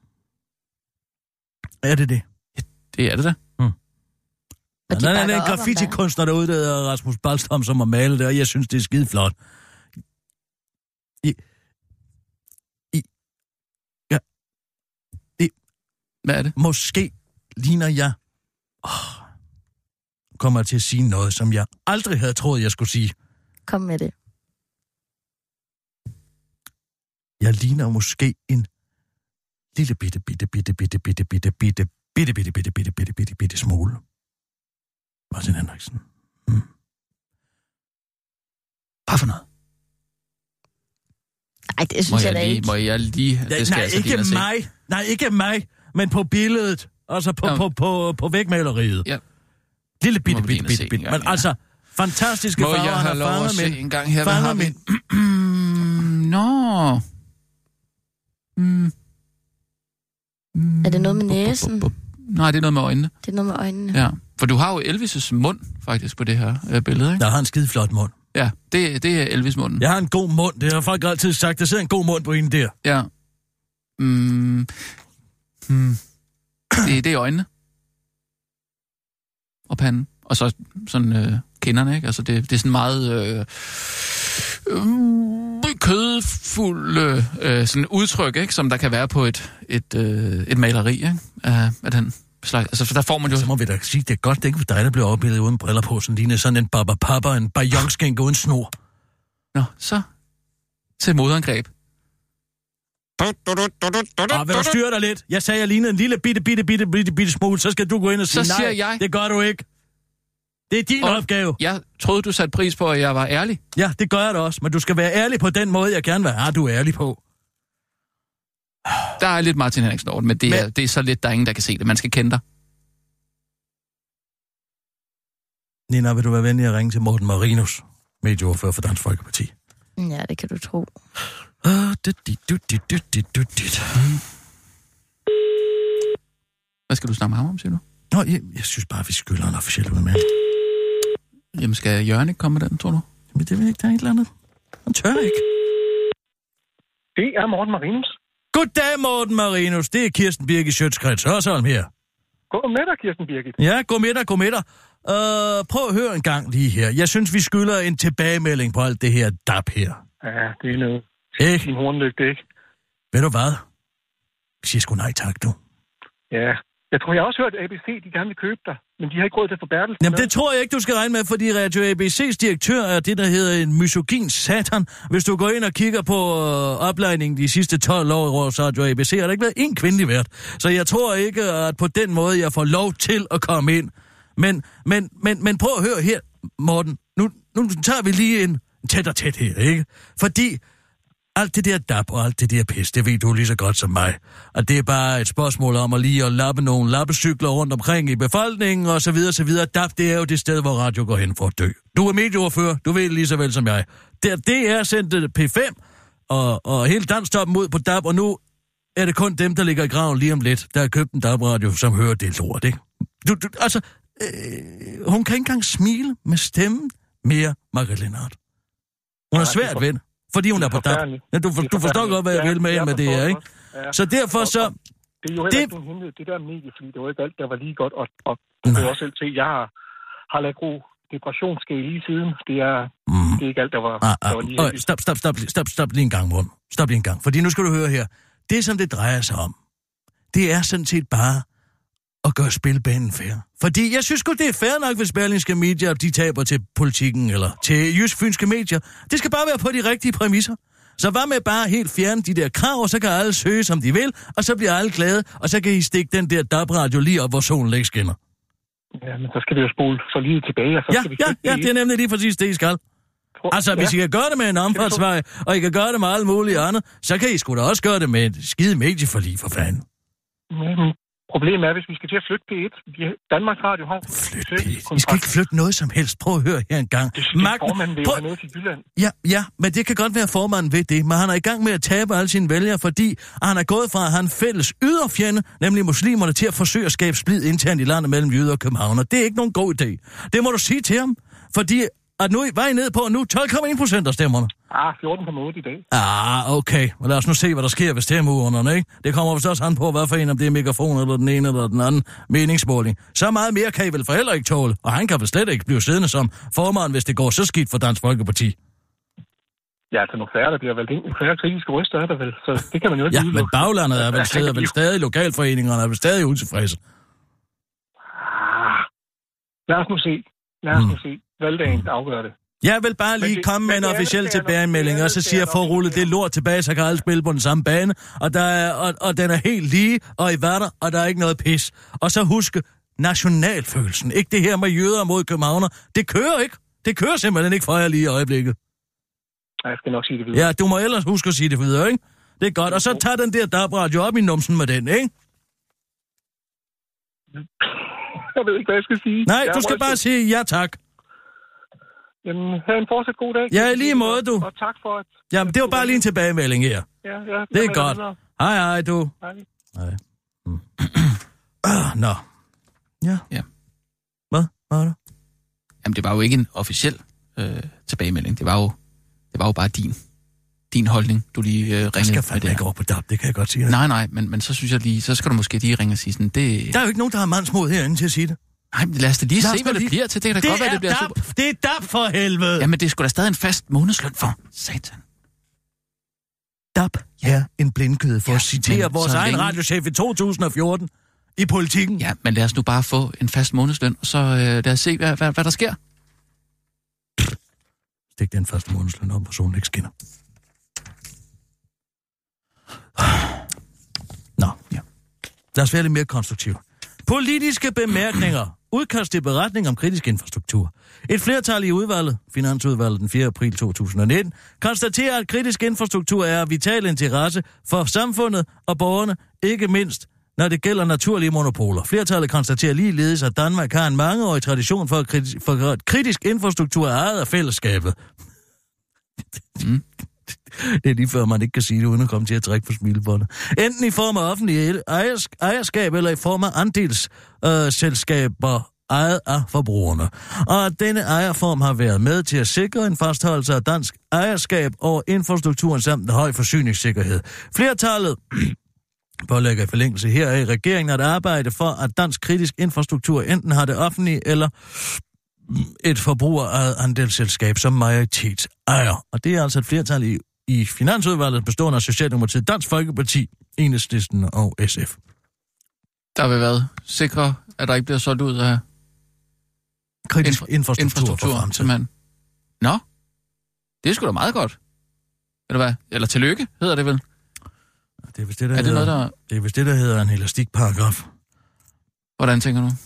Er det det? Ja, det er det da. Der er en graffiti-kunstner derude, der hedder Rasmus Balstam, som har malet det, og jeg synes, det er skide flot. Hvad er det? Måske ligner jeg... kommer til at sige noget, som jeg aldrig havde troet, jeg skulle sige. Kom med det. Jeg ligner måske en lille bitte smule. Martin Henriksen. Hvad for noget? Ej, det synes jeg da ikke. Må jeg lige... Nej, ikke mig, men på billedet. Altså på vægmaleriet. Ja. Lille bitte. Men altså, fantastiske farver. Må jeg have lov at se en gang her? Hvad har vi? Nå. Er det noget med næsen? Nej, det er noget med øjnene. Det er noget med øjnene. Ja, for du har jo Elvis' mund faktisk på det her billede, ikke? Jeg har en skide flot mund. Ja, det er Elvis-munden. Jeg har en god mund. Det har folk altid sagt. Der sidder en god mund på en der. Ja. Det er øjnene. Og panden. Og så sådan kinderne, ikke? Altså det er sådan meget kødfuld sådan udtryk, ikke? Som der kan være på et maleri, ikke? Af den slags. Altså der får man jo... Så må vi da sige, det er godt, det ikke for dig, der bliver opbildet uden briller på. Sådan ligner sådan en babapapper, en bajonskænke uden snor. Nå, så til modangreb. Vil du styre dig lidt? Jeg sagde, jeg lignede en lille bitte smule, så skal du gå ind og sige så siger nej, jeg... det gør du ikke. Det er din opgave. Jeg troede, du satte pris på, at jeg var ærlig. Ja, det gør jeg da også, men du skal være ærlig på den måde, jeg gerne vil have, du er ærlig på. Der er lidt Martin Henriksen over men det er så lidt, der er ingen, der kan se det. Man skal kende dig. Nina, vil du være venlig at ringe til Morten Marinus, medieordfører for Dansk Folkeparti? Ja, det kan du tro. Hvad skal du snakke med ham om, siger du? Nå, jeg synes bare, vi skylder en officiel ud med. Jamen, skal Jørgen ikke komme med den, tror du? Jamen, det vil ikke, der er et eller andet. Han tør ikke. Det er Morten Marinus. Goddag, Morten Marinus. Det er Kirsten Birgit Schøtz-Krets Hørsholm her. Gå med dig, Kirsten Birgit. Ja, gå med dig. Prøv at høre en gang lige her. Jeg synes, vi skylder en tilbagemelding på alt det her dab her. Ja, det er noget. Ikke? Din hornlygte, ikke? Ved du hvad? Jeg siger sgu nej tak, du. Ja. Jeg har også hørt, at ABC, de gerne vil købe dig, men de har ikke råd til at få Bertelsen. Jamen, det tror jeg ikke, du skal regne med, fordi Radio ABC's direktør er det, der hedder en misogyn satan. Hvis du går ind og kigger på oplejningen de sidste 12 år i Radio ABC, har der ikke været én kvindelig vært. Så jeg tror ikke, at på den måde, jeg får lov til at komme ind. Men prøv at høre her, Morten. Nu tager vi lige en tæt og tæt her, ikke? Fordi alt det der dab og alt det der pis, det ved du lige så godt som mig. Og det er bare et spørgsmål om at lige at lappe nogle lappecykler rundt omkring i befolkningen og så videre, så videre. Dab, det er jo det sted, hvor radio går hen for at dø. Du er medieordfører, du ved lige så vel som jeg. Det er sendt P5 og hele danstoppen ud på dab, og nu er det kun dem, der ligger i graven lige om lidt, der har købt en DAB-radio, som hører det lort, ikke? Hun kan ikke engang smile med stemmen mere, Margrethe Lindhardt. Hun er svært ved, fordi hun er på DAB. Ja, du forstår godt, hvad jeg vil med det her, ikke? Ja. Så derfor så... Det er jo heller ikke nogen hemmelighed, det der medie, fordi det var ikke alt, der var lige godt, og du kan også selv se, jeg har lagt ro depressionske lige siden. Det er ikke alt, der var lige... Stop lige en gang, Morten. Stop lige en gang, fordi nu skal du høre her. Det, som det drejer sig om, det er sådan set bare at gøre spilbanen fair. Fordi jeg synes godt, det er fair nok, hvis Berlingske Medier, de taber til politikken eller til Jysk-Fynske Medier. Det skal bare være på de rigtige præmisser. Så hvad med bare helt fjerne de der krav, og så kan alle søge, som de vil, og så bliver alle glade, og så kan I stikke den der DAB-radio lige op, hvor solen ikke skinner. Ja, men så skal vi jo spole for lige tilbage, og så skal vi... Ja, det er nemlig lige præcis det, I skal. Altså, hvis I kan gøre det med en omfartsvej, og I kan gøre det med alt muligt andet, så kan I sgu da også gøre det med et skide medieforlig, for fanden. Problemet er, hvis vi skal til at flytte P1. Danmarks Radio har... Flytte P1? I skal ikke flytte noget som helst. Prøv at høre her en gang. Formanden vil jo have noget til Jylland. Ja, men det kan godt være, formanden ved det. Men han er i gang med at tabe alle sine vælgere, fordi han er gået fra at have en fælles yderfjende, nemlig muslimerne, til at forsøge at skabe splid internt i landet mellem jyder og københavner. Det er ikke nogen god idé. Det må du sige til ham, fordi... at nu var I ned på nu 12,1% af stemmerne. 14,8 i dag. Okay. Og lad os nu se, hvad der sker ved stemmeurnerne, ikke? Det kommer vist også an på, hvad for en, om det er mikrofon eller den ene eller den anden meningsmåling. Så meget mere kan I vel for heller ikke tåle, og han kan vel slet ikke blive siddende som formand, hvis det går så skidt for Dansk Folkeparti. Ja, altså nogle færre, der bliver valgt ind. Nogle færre kritiske røster er der vel, så det kan man jo ikke men baglandet er vel stadig lokalforeningerne, er vel stadig utilfredse. Lad os nu se. Valgdagen afgør det. Jeg vil bare lige komme med en officiel tilbagemelding, og så siger jeg, for at rulle det lort tilbage, så kan alle spille på den samme bane, og den er helt lige, og i vatter, og der er ikke noget pis. Og så huske nationalfølelsen. Ikke det her med jøder mod københavner. Det kører ikke. Det kører simpelthen ikke for jer lige i øjeblikket. Jeg skal nok sige det videre. Ja, du må ellers huske at sige det videre, ikke? Det er godt. Og så tag den der DAB-radio op i numsen med den, ikke? Jeg ved ikke, hvad jeg skal sige. Nej, du skal bare sige ja tak. Jamen, have en fortsat god dag. Ja, i lige måde, du. Og tak for, at... Jamen, det var bare lige en tilbagemelding her. Ja. Det er godt. Hej, du. Hej. Nå. Ja. Hvad var det? Jamen, det var jo ikke en officiel tilbagemelding. Det var jo bare din holdning, du lige ringede. Jeg skal fandme ikke over på DAB, det kan jeg godt sige. Nej, men så synes jeg lige, så skal du måske lige ringe og sige sådan, det... Der er jo ikke nogen, der har mandsmod herinde til at sige det. Nej, men lad os da lige se, hvad det bliver til. Det kan da godt være, det bliver super. Det er DAB for helvede. Jamen, det er sgu da stadig en fast månedsløn for. Satan. DAB er en blindgyde for at citere vores egen radiochef i 2014 i Politikken. Ja, men lad os nu bare få en fast månedsløn, og så lad os se, hvad der sker. Stik den første månedsløn op, hvor solen ikke skinner. Nå, ja. Lad os være lidt mere konstruktiv. Politiske bemærkninger. Udkast til beretning om kritisk infrastruktur. Et flertal i udvalget, Finansudvalget den 4. april 2019, konstaterer, at kritisk infrastruktur er af vital interesse for samfundet og borgerne, ikke mindst når det gælder naturlige monopoler. Flertallet konstaterer ligeledes, at Danmark har en mangeårig tradition for kritisk infrastruktur ejet af fællesskabet. Det er lige før, man ikke kan sige det, uden at komme til at trække på smilebåndet. Enten i form af offentlig ejerskab, eller i form af andelsselskaber ejet af forbrugerne. Og denne ejerform har været med til at sikre en fastholdelse af dansk ejerskab over infrastrukturen samt en høj forsyningssikkerhed. Flertallet pålægger i forlængelse heraf regeringen at arbejde for, at dansk kritisk infrastruktur enten har det offentlige eller et forbrugerejet andelsselskab som majoritetsejer. Og det er altså et flertal i Finansudvalget bestående af Socialdemokratiet, Dansk Folkeparti, Enhedslisten og SF. Der vil være sikre, at der ikke bliver solgt ud af kritisk infrastruktur for fremtiden. Nå, det er sgu da meget godt. Eller hvad? Eller tillykke, hedder det vel? Det er vist det, der hedder en elastikparagraf. Hvordan tænker du?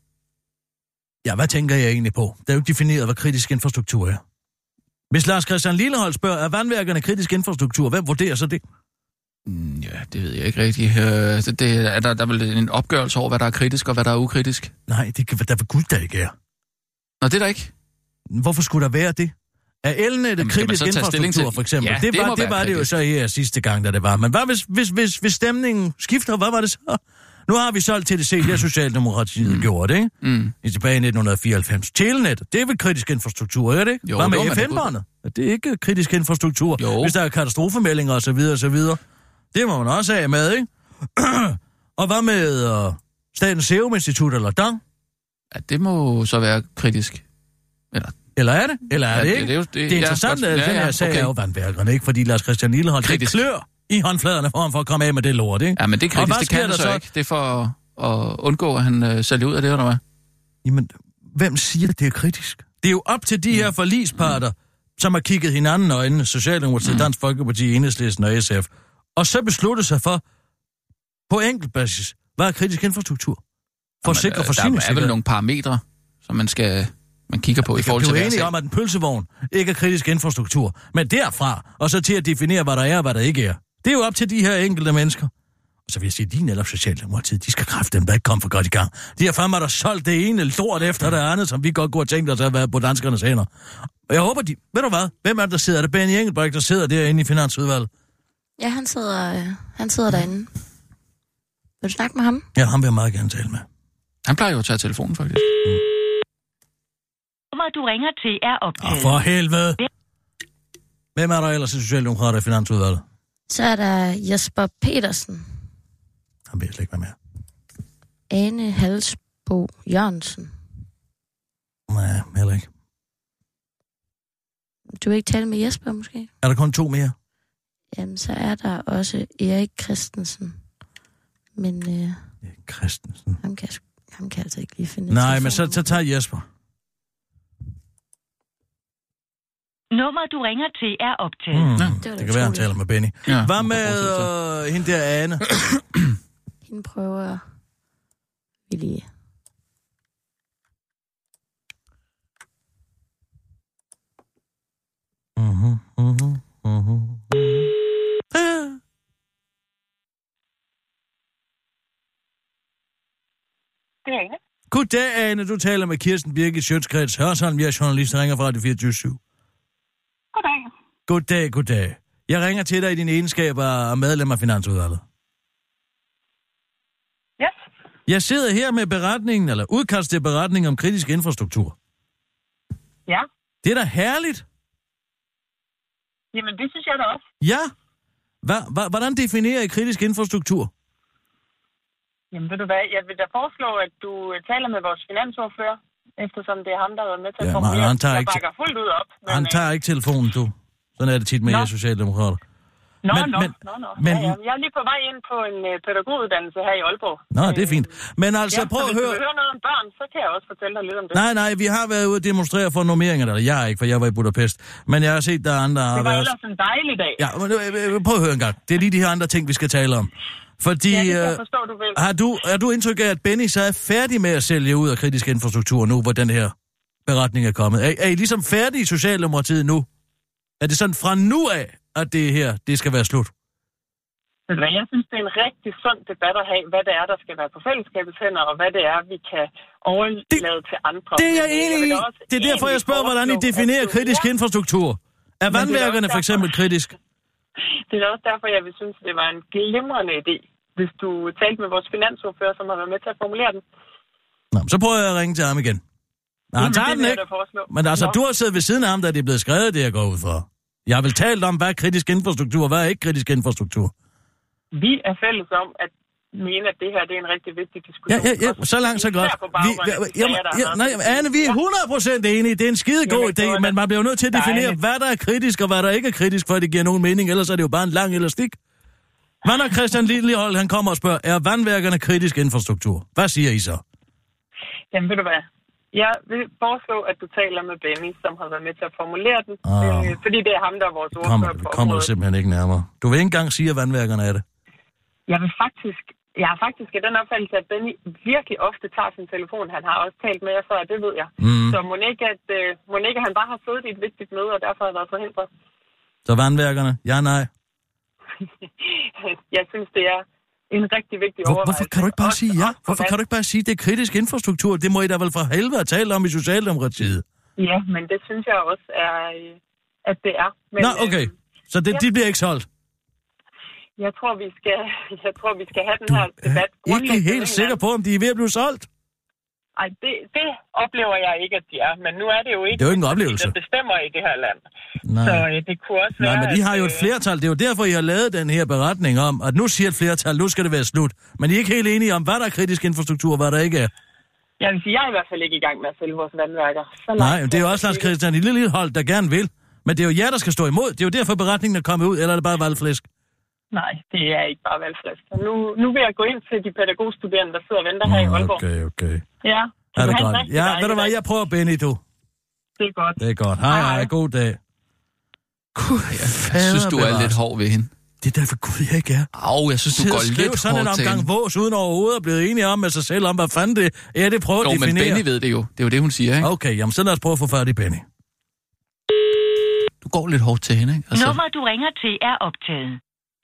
Ja, hvad tænker jeg egentlig på? Det er jo ikke defineret, hvad kritisk infrastruktur er. Hvis Lars Christian Lillehold spørger, er vandværkerne kritisk infrastruktur, hvem vurderer så det? Ja, det ved jeg ikke rigtigt. Der er vel en opgørelse over, hvad der er kritisk og hvad der er ukritisk? Nej, det kan der ved Gud, der ikke er. Nå, det er der ikke. Hvorfor skulle der være det? Er elnettet kritisk infrastruktur, for eksempel? Ja, det var det jo så her sidste gang, da det var. Men hvad hvis stemningen skifter, hvad var det så? Nu har vi solgt TDC, det har Socialdemokratiet gjort, ikke? I tilbage i 1994. Telenet, det er vel kritisk infrastruktur, er det ikke? Hvad med FN-båndet? Det er ikke kritisk infrastruktur. Jo. Hvis der er katastrofemeldinger osv. Det må man også have med, ikke? Og hvad med Statens Serum Institut eller DANG? Ja, det må så være kritisk. Eller er det? Eller er det ikke? Det er interessant, at den her sag er jo vandværkerne, ikke? Fordi Lars Christian Lillehold det klør i håndfladerne for at komme af med det lort, ikke? Ja, men det er kritisk, det kan han så ikke. Det er for at undgå, at han sælger ud af det, eller hvad? Jamen, hvem siger, at det er kritisk? Det er jo op til de her forligsparter, som har kigget hinanden i øjnene, Socialdemokratiet, Dansk Folkeparti, Enhedslisten og SF, og så beslutte sig for, på enkeltbasis, hvad er kritisk infrastruktur? For at sikre forsyningssikkerhed. Der er vel nogle parametre, som man kigger på i forhold til hver sag. Du er enig om, at en pølsevogn ikke er kritisk infrastruktur, men derfra, og så til at definere, hvad der er og hvad der ikke er. Det er jo op til de her enkelte mennesker. Og så vil jeg sige, at din eller Socialdemokratiet, de skal kræfte dem, der ikke kom for godt i gang. De har fandme der solgt det ene lort efter det andet, som vi godt kunne have tænkt os at være på danskernes hænder. Og jeg håber, ved du hvad? Hvem er det, der sidder? Er det Benny Engelbrecht, der sidder derinde i Finansudvalget? Ja, han sidder derinde. Vil du snakke med ham? Ja, ham vil jeg meget gerne tale med. Han plejer jo at tage telefonen, faktisk. Du ringer til er optaget. For helvede! Hvem er der ellers i Socialdemokrater i Finansudvalget? Så er der Jesper Petersen. Han vil slet ikke være med. Ane Halsbo Jørgensen. Nej, heller ikke. Du vil ikke tale med Jesper, måske? Er der kun 2 mere? Jamen, så er der også Erik Christensen. Men Erik Christensen? Ham kan altså ikke lige finde. Nej, men så tager Jesper. Nummer, du ringer til, er optaget. Det kan være, han taler med Benny. Ja, hvad med hende der Ane? Hende prøver vi lige. Det er Ane. Goddag, Ane. Du taler med Kirsten Birgit Schøtz-Krets Hørsholm. Jeg er journalist, der ringer fra Radio 24/7. Goddag. Jeg ringer til dig i din egenskab af medlem af Finansudvalget. Yes. Jeg sidder her med beretningen, eller udkast til beretningen om kritisk infrastruktur. Ja. Det er da herligt. Jamen, det synes jeg da også. Ja. Hvordan definerer I kritisk infrastruktur? Jamen, ved du hvad, jeg vil da foreslå, at du taler med vores finansordfører, eftersom det er ham, der har været med til at formulere. Jeg bakker fuldt ud op. Men, han tager ikke telefonen, du. Sådan er det tit med jer socialdemokrater. Nå. Jeg er lige på vej ind på en pædagoguddannelse her i Aalborg. Nå, det er fint. Men altså, prøv at høre... Hvis du vil høre noget om børn, så kan jeg også fortælle dig lidt om det. Nej, vi har været ude at demonstrere for normeringer, eller jeg ikke, for jeg var i Budapest. Men jeg har set, der er andre... Det var ellers en dejlig dag. Ja, men prøv at høre en gang. Det er lige de her andre ting, vi skal tale om. Fordi, ja, det kan jeg forstå, du vil. Har du indtryk af, at Benny så er færdig med at sælge ud af kritisk infrastruktur nu, hvor den her beretning er kommet? Er I ligesom færdige i Socialdemokratiet nu? Er det sådan fra nu af, at det her, det skal være slut? Jeg synes, det er en rigtig sund debat at have, hvad det er, der skal være på fællesskabets hænder, og hvad det er, vi kan overlade til andre. Det er jeg enig i. Det er derfor, jeg spørger, hvordan I definerer kritisk infrastruktur. Er vandværkerne for eksempel kritisk? Det er også derfor, jeg vil synes, det var en glimrende idé, hvis du talte med vores finansordfører, som har været med til at formulere den. Nå, så prøver jeg at ringe til ham igen. Nej, han tager den ikke. Men altså, du har siddet ved siden af ham, da det er blevet skrevet, det jeg går ud for. Jeg har vel talt om, hvad er kritisk infrastruktur, og hvad er ikke kritisk infrastruktur. vi er fælles om at mene, at det her det er en rigtig vigtig diskussion. Ja, så langt så godt. Anne, vi er 100% enige. Det er en skidegod idé, men man bliver nødt til at definere, hvad der er kritisk og hvad der ikke er kritisk, for at det giver nogen mening, ellers er det jo bare en lang elastik. Hvad når Christian Lillehold, han kommer og spørger, er vandværkerne kritisk infrastruktur? Hvad siger I så? Jamen, ved du hvad? Jeg vil foreslå, at du taler med Benny, som har været med til at formulere den, fordi det er ham, der er vores ordfører på kommer du simpelthen ikke nærmere. Du vil ikke engang sige, at vandværkerne er det? Jeg har faktisk af den opfattelse, at Benny virkelig ofte tager sin telefon. Han har også talt med jer før, det ved jeg. Så må ikke han bare har siddet i et vigtigt møde, og derfor har været forhindret. Så vandværkerne? Ja, nej. Jeg synes, det er en rigtig vigtig overvejelse. Hvorfor kan du ikke bare sige ja? Hvorfor kan du ikke bare sige, at det er kritisk infrastruktur? Det må I da vel for helvede tale om i Socialdemokratiet. Ja, men det synes jeg også er, at det er. Men, nå, okay. Så de bliver ikke solgt? Jeg tror, vi skal have den her debat. Du er ikke helt sikker på, om de er ved at blive solgt? Ej, det oplever jeg ikke, at de er. Men nu er det jo ikke, det er jo ikke en oplevelse, der bestemmer i det her land. Nej. Så det kunne også være... Nej, men de har jo et flertal. Det er jo derfor, I har lavet den her beretning om, at nu siger et flertal, nu skal det være slut. Men I er ikke helt enige om, hvad der er kritisk infrastruktur, og hvad der ikke er. Jeg vil sige, jeg er i hvert fald ikke i gang med at sælge vores vandværker. Nej, men det er jo også Lars Christian Lillehold, der gerne vil. Men det er jo jer, der skal stå imod. Det er jo derfor, beretningen er kommet ud, eller er det bare valgflæsk? Nej, det er ikke bare valgflæsk. Nu vil jeg gå ind til de pædagogstuderende, der sidder og venter her i Aalborg. Okay. Ja. Er det godt? Ja, ved du hvad, jeg prøver Benny, du. Det er godt. Det er godt. Hej, god dag. Gud, jeg synes, du er lidt hård ved hende. Det er derfor Gud, jeg ikke er. Jeg synes, du går lidt hårdt til sådan en omgang vås, uden overhovedet at blive enige om med sig selv, om hvad fanden det er. Det prøver at definere. Men Benny ved det jo. Det er jo det, hun siger, ikke? Okay, jamen så lad os prøve at få fat i Benny. Du går lidt hårdt til hende, ikke? Altså... Nummer, du ringer til, er optaget.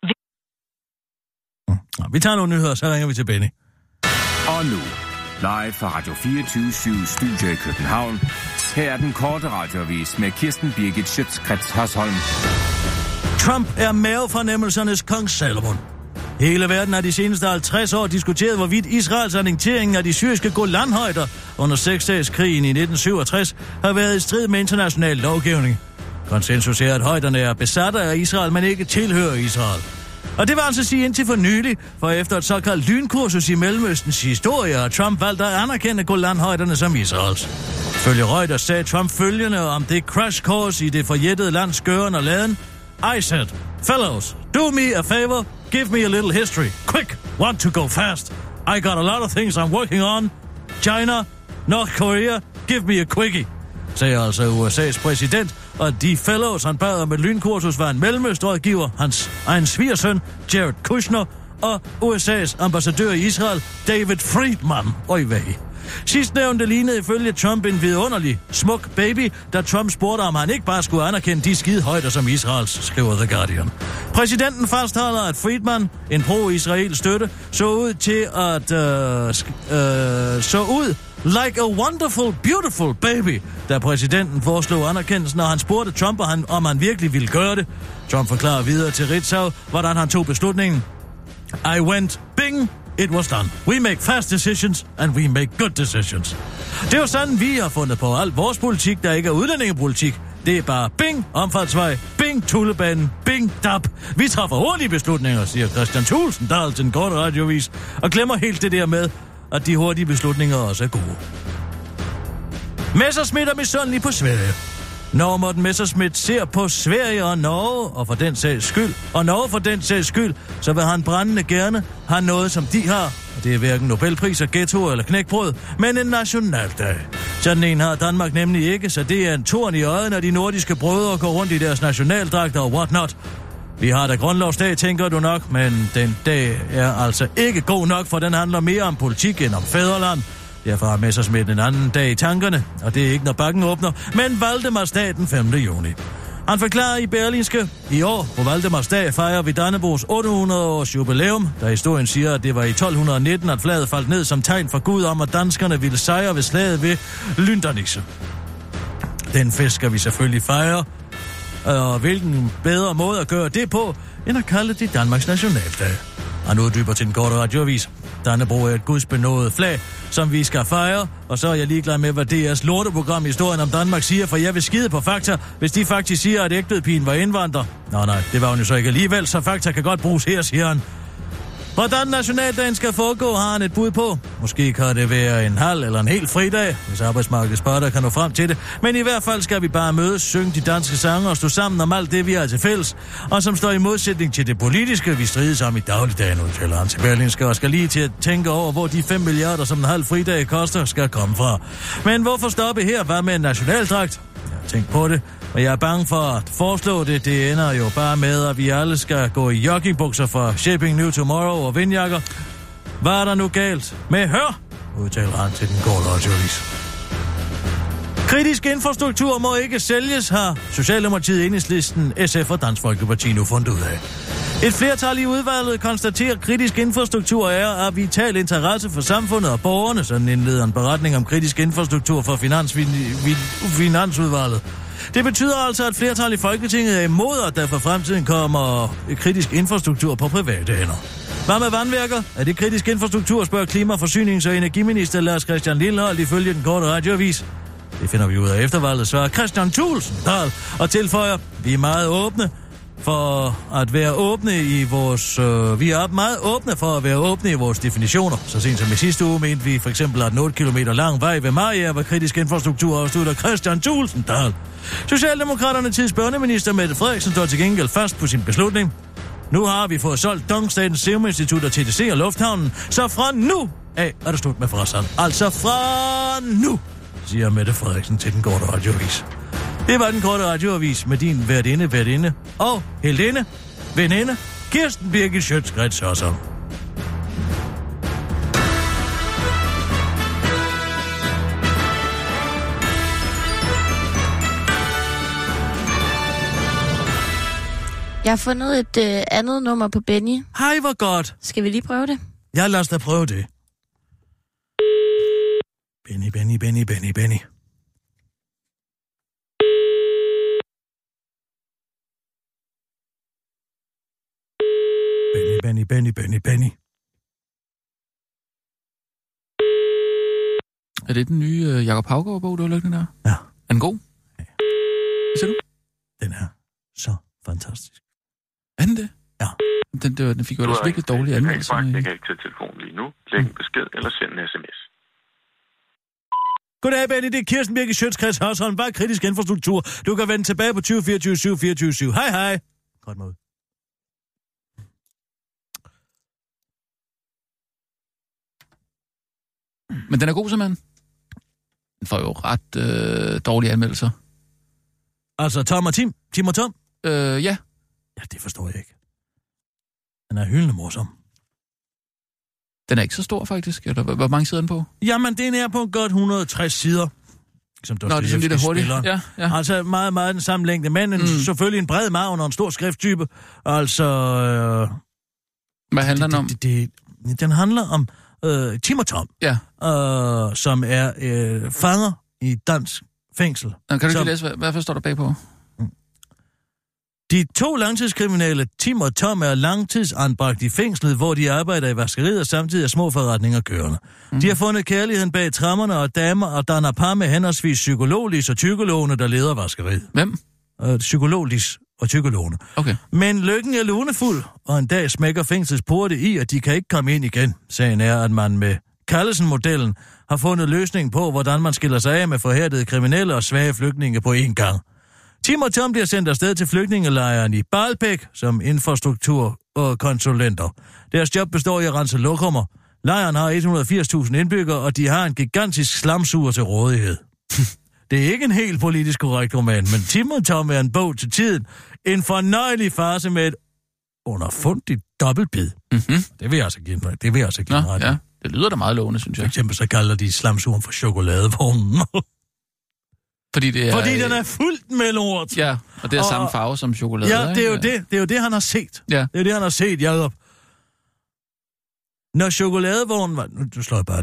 Vi tager nogle nyheder, så ringer vi til Benny. Og nu, live fra Radio 24/7 Studio i København. Her er den korte radioavis med Kirsten Birgit Schøtz-Krets Hørsholm. Trump er mavefornemmelsernes kong Salomon. Hele verden har de seneste 50 år diskuteret, hvorvidt Israels annektering af de syriske Golanhøjder under 6-dageskrigen i 1967 har været i strid med international lovgivning. Konsensus er, at højderne er besatte af Israel, men ikke tilhører Israel. Og det var altså sige indtil for nylig, for efter et såkaldt lynkursus i Mellemøstens historie har Trump valgt at anerkende Golanhøjderne som Israels. Følge Reuters sagde Trump følgende om det crash course i det forjættede lands gøren og laden. I said, fellows, do me a favor, give me a little history. Quick, want to go fast. I got a lot of things I'm working on. China, North Korea, give me a quickie, sagde altså USA's præsident, og de fellows, han bad om et lynkursus, var en mellemøstrådgiver, hans egen svigersøn, Jared Kushner, og USA's ambassadør i Israel, David Friedman. Sidstnævnte lignede ifølge Trump en vidunderlig, smuk baby, da Trump spurgte, om han ikke bare skulle anerkende de skide højder som Israels, skriver The Guardian. Præsidenten fastholder, at Friedman, en pro-israel støtte, så ud til at så ud like a wonderful, beautiful baby, da præsidenten foreslog anerkendelsen, og han spurgte Trump, om han virkelig ville gøre det. Trump forklarer videre til Ritzau, hvordan han tog beslutningen. I went bing. It was done. We make fast decisions, and we make good decisions. Det er jo sådan, vi har fundet på alt vores politik, der ikke er udlændingepolitik. Det er bare bing, omfartsvej, bing, tullebanen, bing, dab. Vi træffer hurtige beslutninger, siger Christian Tulsendal til den korte radiovis, og glemmer helt det der med, at de hurtige beslutninger også er gode. Messerschmidt er misundelig på Sverige. Når Morten Messerschmidt ser på Sverige og Norge, og for den sags skyld, så vil han brændende gerne have noget, som de har. Og det er hverken Nobelpris, ghetto eller knækbrød, men en nationaldag. Sådan en har Danmark nemlig ikke, så det er en torn i øjet, når de nordiske brødre går rundt i deres nationaldragter og whatnot. Vi har da grundlovsdag, tænker du nok, men den dag er altså ikke god nok, for den handler mere om politik end om fædreland. Derfor har Messerschmidt en anden dag i tankerne, og det er ikke, når bakken åbner, men Valdemarsdag den 5. juni. Han forklarer i Berlingske, i år på Valdemarsdag fejrer vi Dannebrogs 800-års jubilæum, da historien siger, at det var i 1219, at flaget faldt ned som tegn for Gud om, at danskerne ville sejre ved slaget ved Lyndanisse. Den fest skal vi selvfølgelig fejre, og hvilken bedre måde at gøre det på, end at kalde det Danmarks nationaldag. Han uddyber til den korte radioavis. Dannebrog er et gudsbenådet flag, som vi skal fejre, og så er jeg ligeglad med, hvad DR's lorteprogram Historien om Danmark siger, for jeg vil skide på fakta, hvis de faktisk siger, at Egtvedpigen var indvandrer. Nej, det var hun jo så ikke alligevel, så fakta kan godt bruges her, siger han. Hvordan nationaldagen skal foregå, har han et bud på. Måske kan det være en halv eller en hel fridag, hvis arbejdsmarkedets parter kan nå frem til det. Men i hvert fald skal vi bare mødes, synge de danske sange og stå sammen om alt det, vi har til fælles. Og som står i modsætning til det politiske, vi strides om i dagligdagen, udtaler han til Berlingske, og skal lige til at tænke over, hvor de 5 milliarder, som en halv fridag koster, skal komme fra. Men hvorfor stoppe her? Hvad med en nationaldragt? Tænk på det. Og jeg er bange for at foreslå det. Det ender jo bare med, at vi alle skal gå i joggingbukser for Shipping New Tomorrow og vindjakker. Hvad er der nu galt med hør? Udtaler han til den korte radioavis. Kritisk infrastruktur må ikke sælges, har Socialdemokratiet, Enhedslisten, SF og Dansk Folkeparti nu fundet ud af. Et flertal i udvalget konstaterer, at kritisk infrastruktur er af vital interesse for samfundet og borgerne, sådan indleder en beretning om kritisk infrastruktur for Finansudvalget. Det betyder altså, at flertal i Folketinget er imod, at der for fremtiden kommer kritisk infrastruktur på private hænder. Hvad med vandværker? Er det kritisk infrastruktur, spørger klima-, forsynings- og energiminister Lars Christian Lilleholdt ifølge den korte radioavis. Det finder vi ud af eftervalget, svarer Christian Thulesen Dahl og tilføjer, vi er meget åbne for at være åbne i vores... vi er meget åbne for at være åbne i vores definitioner. Så sent som i sidste uge mente vi for eksempel, at en 8 kilometer lang vej ved Mariager var kritisk infrastruktur, afslutter Christian Thulesen Dahl. Socialdemokraterne tids børneminister Mette Frederiksen står til gengæld fast på sin beslutning. Nu har vi fået solgt DONG, Statens Serum Institut og TDC og Lufthavnen, så fra nu af er det slut med frasseren. Altså fra nu, siger Mette Frederiksen til den korte radioavis. Det var den korte radioavis med din værtinde og heldinde, veninde, Kirsten Birgit Schøtz-Krets Hørsholm. Jeg har fundet et andet nummer på Benny. Hej, hvor godt. Skal vi lige prøve det? Ja, lad os da prøve det. Benny. Benny. Er det den nye Jakob Haugaard-bog, du har lagt der? Ja. Er den god? Ja. Hvad siger du? Den er så fantastisk. Er den det? Ja. Den fik jo ellers virkelig dårlige anmeldelser. Jeg kan ikke tage telefonen lige nu. Læg en besked eller send en sms. Goddag, Benny. Det er Kirsten Birgit Schøtz-Krets Hørsholm. Bare kritisk infrastruktur. Du kan vende tilbage på 24/7. Hej. Godt måde. Men den er god, simpelthen. Den får jo ret dårlige anmeldelser. Altså Tom og Tim? Tim og Tom? Ja. Ja, det forstår jeg ikke. Den er hyldende morsom. Den er ikke så stor, faktisk. Eller hvor mange sider den på? Jamen, den er på godt 160 sider. Som det er sådan lidt hurtigt. Ja. Altså meget den samme længde. Men selvfølgelig en bred margen og en stor skrifttype. Altså... Hvad handler den om? Den handler om Tim og Tom. Ja. Som er fanger i dansk fængsel. Kan du ikke læse, hvad står der bagpå? De 2 langtidskriminelle, Tim og Tom, er langtidsanbragt i fængslet, hvor de arbejder i vaskeriet og samtidig er små forretninger kørende. De har fundet kærligheden bag trammerne og damer og danner par med henholdsvis psykologlis og tykologene, der leder vaskeriet. Hvem? Psykologlis og tykologene. Okay. Men lykken er lunefuld, og en dag smækker fængslets porte i, at de kan ikke komme ind igen. Sagen er, at man med Callesen-modellen har fundet løsningen på, hvordan man skiller sig af med forhærdede kriminelle og svage flygtninge på én gang. Tim og Tom bliver sendt afsted til flygtningelejren i Baalbæk som infrastruktur- og konsulenter. Deres job består i at rense lokummer. Lejren har 180.000 indbyggere, og de har en gigantisk slamsuger til rådighed. Det er ikke en helt politisk korrekt roman, men Tim og Tom er en bog til tiden. En fornøjelig farce med et underfundigt dobbeltbid. Mm-hmm. Det vil jeg altså give ret. Ja. Det lyder da meget lovende, synes jeg. For eksempel så kalder de slamsugeren for chokoladevognen. Fordi den er fuldt med lort. Ja, og det er samme farve som chokolade. Ja, det er jo det. Det er jo det, han har set. Ja. Det er det, han har set, Jacob. Når chokoladevognen var... Nu slår jeg bare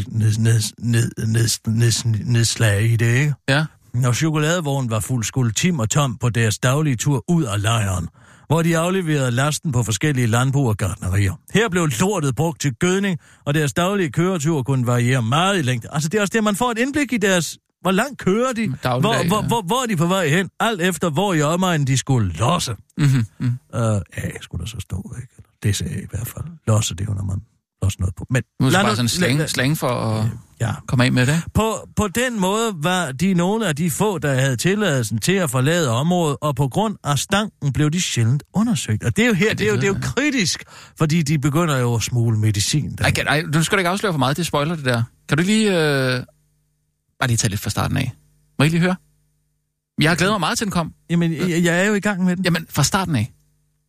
nedslag i det, ikke? Ja. Når chokoladevognen var fuld, skulle Tim og Tom på deres daglige tur ud af lejren, hvor de afleverede lasten på forskellige landbrug og gartnerier. Her blev lortet brugt til gødning, og deres daglige køretur kunne variere meget i længde. Altså, det er også det, man får et indblik i deres... Hvor langt kører de? Hvor er de på vej hen? Alt efter, hvor i omegnen de skulle losse. Mm-hmm. Skulle der så stå, ikke? Det sagde jeg i hvert fald. Losse, det er jo, når man losser noget på. Men nu er det bare sådan slang for at komme af med det. På den måde var de nogle af de få, der havde tilladelsen til at forlade området, og på grund af stanken blev de sjældent undersøgt. Og det er jo her, det er jo kritisk, fordi de begynder jo at smule medicin. Nej, du skal da ikke afsløre for meget, det spoiler det der. Kan du lige bare lige tage lidt fra starten af? Må jeg lige høre? Jeg har glædet mig meget til, den kom. Jamen, jeg er jo i gang med den. Jamen, fra starten af.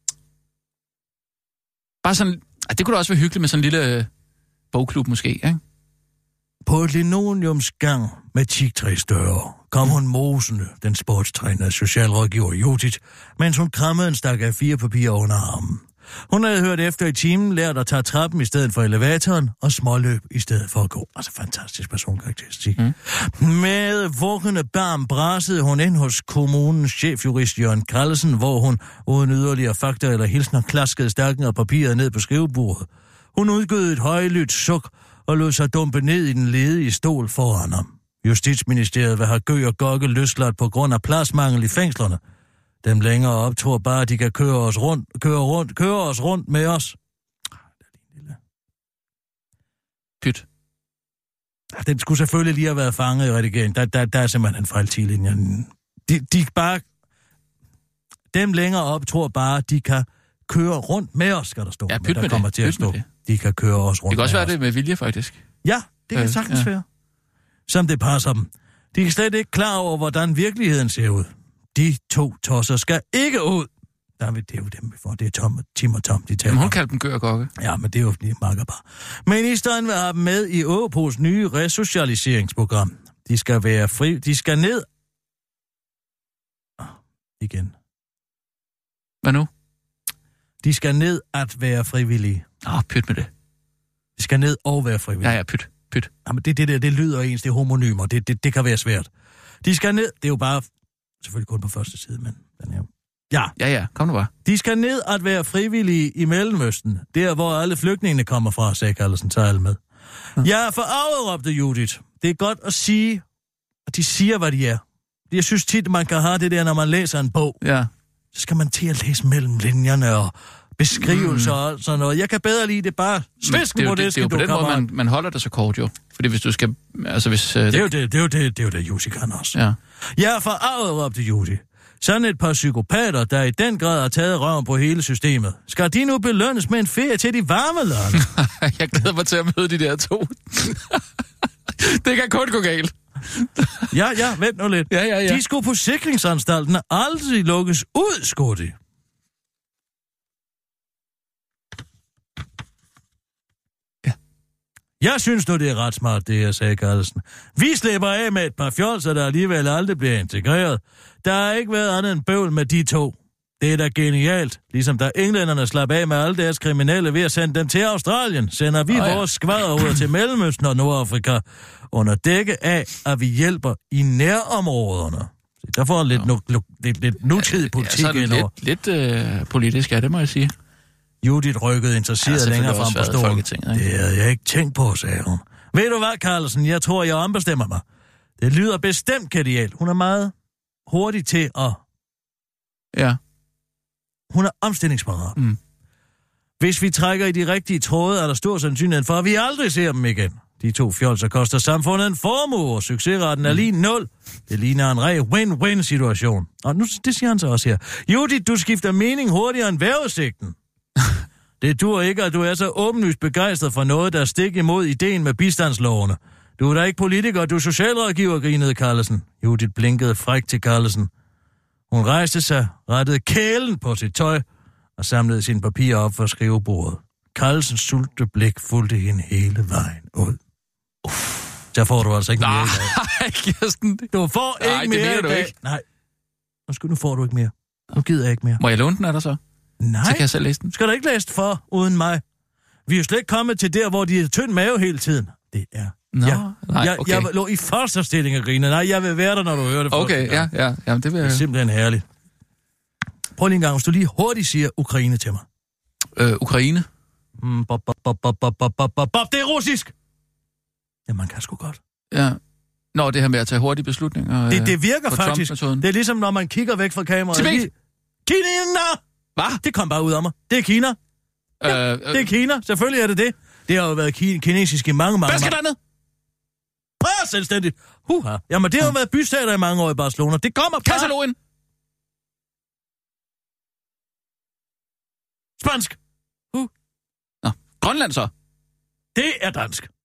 Bare sådan... Det kunne da også være hyggeligt med sådan en lille bogklub måske, ikke? På et linoleumsgang med teaktræsdøre kom hun mosende, den sportstrænede socialrådgiver Judith, mens hun krammede en stak af 4 papirer under armen. Hun havde hørt efter i timen, lært at tage trappen i stedet for elevatoren, og småløb i stedet for at gå. Altså fantastisk personkarakteristik. Med vuggende barm brassede hun ind hos kommunens chefjurist Jørgen Karlsen, hvor hun uden yderligere fakta eller hilsner klaskede stakken af papiret ned på skrivebordet. Hun udgød et højlydt suk og lod sig dumpe ned i den ledige stol foran ham. Justitsministeriet vil have Gø og Gokke løsladt på grund af pladsmangel i fængslerne. Dem længere op tror bare, at de kan køre os rundt med os. Pyt. Den skulle selvfølgelig lige have været fanget i redigeringen. Der er simpelthen en fejl til linjen. De bare... Dem længere op tror bare, at de kan køre rundt med os, skal der stå. Ja, pyt med der kommer det. til at stå. De kan køre os rundt. Det kan også med være det med vilje, faktisk. Ja, det kan sagtens være. Som det passer dem. De er slet ikke klar over, hvordan virkeligheden ser ud. De 2 tosser skal ikke ud. Det er jo dem, vi får. Det er Tim og Tom, de taler. Jamen, hun kaldte dem Gø og Gokke. Ja, men det er jo makkerbar. Ministeren vil have dem med i Europols nye resocialiseringsprogram. De skal være fri. De skal ned... Igen. Hvad nu? De skal ned at være frivillige. Pyt med det. De skal ned og være frivillige. Ja, pyt. Jamen, det lyder ens, det er homonymer. Det kan være svært. De skal ned... Det er jo bare... Selvfølgelig kun på første side, men den er jo... Ja, kom nu bare. De skal ned at være frivillige i Mellemøsten. Der, hvor alle flygtningene kommer fra, sagde Carlsen til alle med. Jeg er forarvet, råbte Judith. Det er godt at sige, at de siger, hvad de er. Jeg synes tit, man kan have det der, når man læser en bog. Ja. Så skal man til at læse mellem linjerne og beskrivelser og sådan noget. Jeg kan bedre lide det bare. Svisken på det, det er jo på den måde, man holder det så kort jo. Fordi hvis du skal... Altså hvis, det er jo det, Jussi kan også. Ja. Jeg er forarvet, råbte Judith. Sådan et par psykopater, der i den grad har taget røven på hele systemet. Skal de nu belønnes med en ferie til de varme lande? Jeg glæder mig til at møde de der 2. Det kan kun gå galt. Ja, vent nu lidt. Ja. De skulle på sikringsanstalten aldrig lukkes ud, skulle de. Ja. Jeg synes nu, det er ret smart, det her, sagde Carlsen. Vi slipper af med et par fjolser, der alligevel aldrig bliver integreret. Der har ikke været andet end bøvl med de 2. Det er da genialt. Ligesom da englænderne slap af med alle deres kriminelle ved at sende dem til Australien, sender vi vores skvaderhoveder til Mellemøsten og Nordafrika under dække af, at vi hjælper i nærområderne. Der får lidt nutidig politik indover. Lidt politisk, ja, det må jeg sige. Judith rykkede interesseret længere frem på stolen. Det havde jeg ikke tænkt på, sagde hun. Ved du hvad, Carlsen? Jeg tror, jeg ombestemmer mig. Det lyder bestemt genialt. Hun er meget hurtig til at... Ja. Hun er omstillingsparat. Hvis vi trækker i de rigtige tråde, er der stor sandsynlighed for, at vi aldrig ser dem igen. De 2 fjolser koster samfundet en formue, og succesraten er lige 0. Det ligner en ren win-win-situation. Og nu, det siger han så også her. Judith, du skifter mening hurtigere end vejrudsigten. Det dur ikke, at du er så åbenlyst begejstret for noget, der er stik imod ideen med bistandslovene. Du er da ikke politiker, du er socialrådgiver, grinede Carlsen. Judith blinkede frækt til Carlsen. Hun rejste sig, rettede kælen på sit tøj og samlede sine papirer op for skrivebordet. Carlsens sulte blik fulgte hende hele vejen ud. Så får du altså ikke mere i dag. Nej, Kirsten. Du får ikke mere i dag. Ikke. Nej. Nu får du ikke mere. Nu gider jeg ikke mere. Må jeg låne den, er der så? Nej. Så kan jeg selv læse den. Skal du ikke læse for uden mig? Vi er jo slet ikke kommet til der, hvor de er tynd mave hele tiden. Det er... Okay. Jeg lå i første stilling af grine. Nej, jeg vil være der, når du hører det. Okay, ja. Jamen, det vil jeg... Det er simpelthen herligt. Prøv lige en gang, hvis du lige hurtigt siger Ukraine til mig. Ukraine? Bob, det er russisk! Ja, man kan sgu godt. Ja. Nå, det her med at tage hurtige beslutninger. Det virker faktisk. Det er ligesom, når man kigger væk fra kameraet. Tibet! Kina! Hvad? Det kom bare ud af mig. Det er Kina. Ja, det er Kina. Selvfølgelig er det det. Det har jo været kinesisk i mange Hvad skal der ned? Prøv selvstændigt. Jamen, det har jo været bystater i mange år i Barcelona. Det kommer bare... Katalonien. Spansk. Nå, Grønland så. Det er dansk.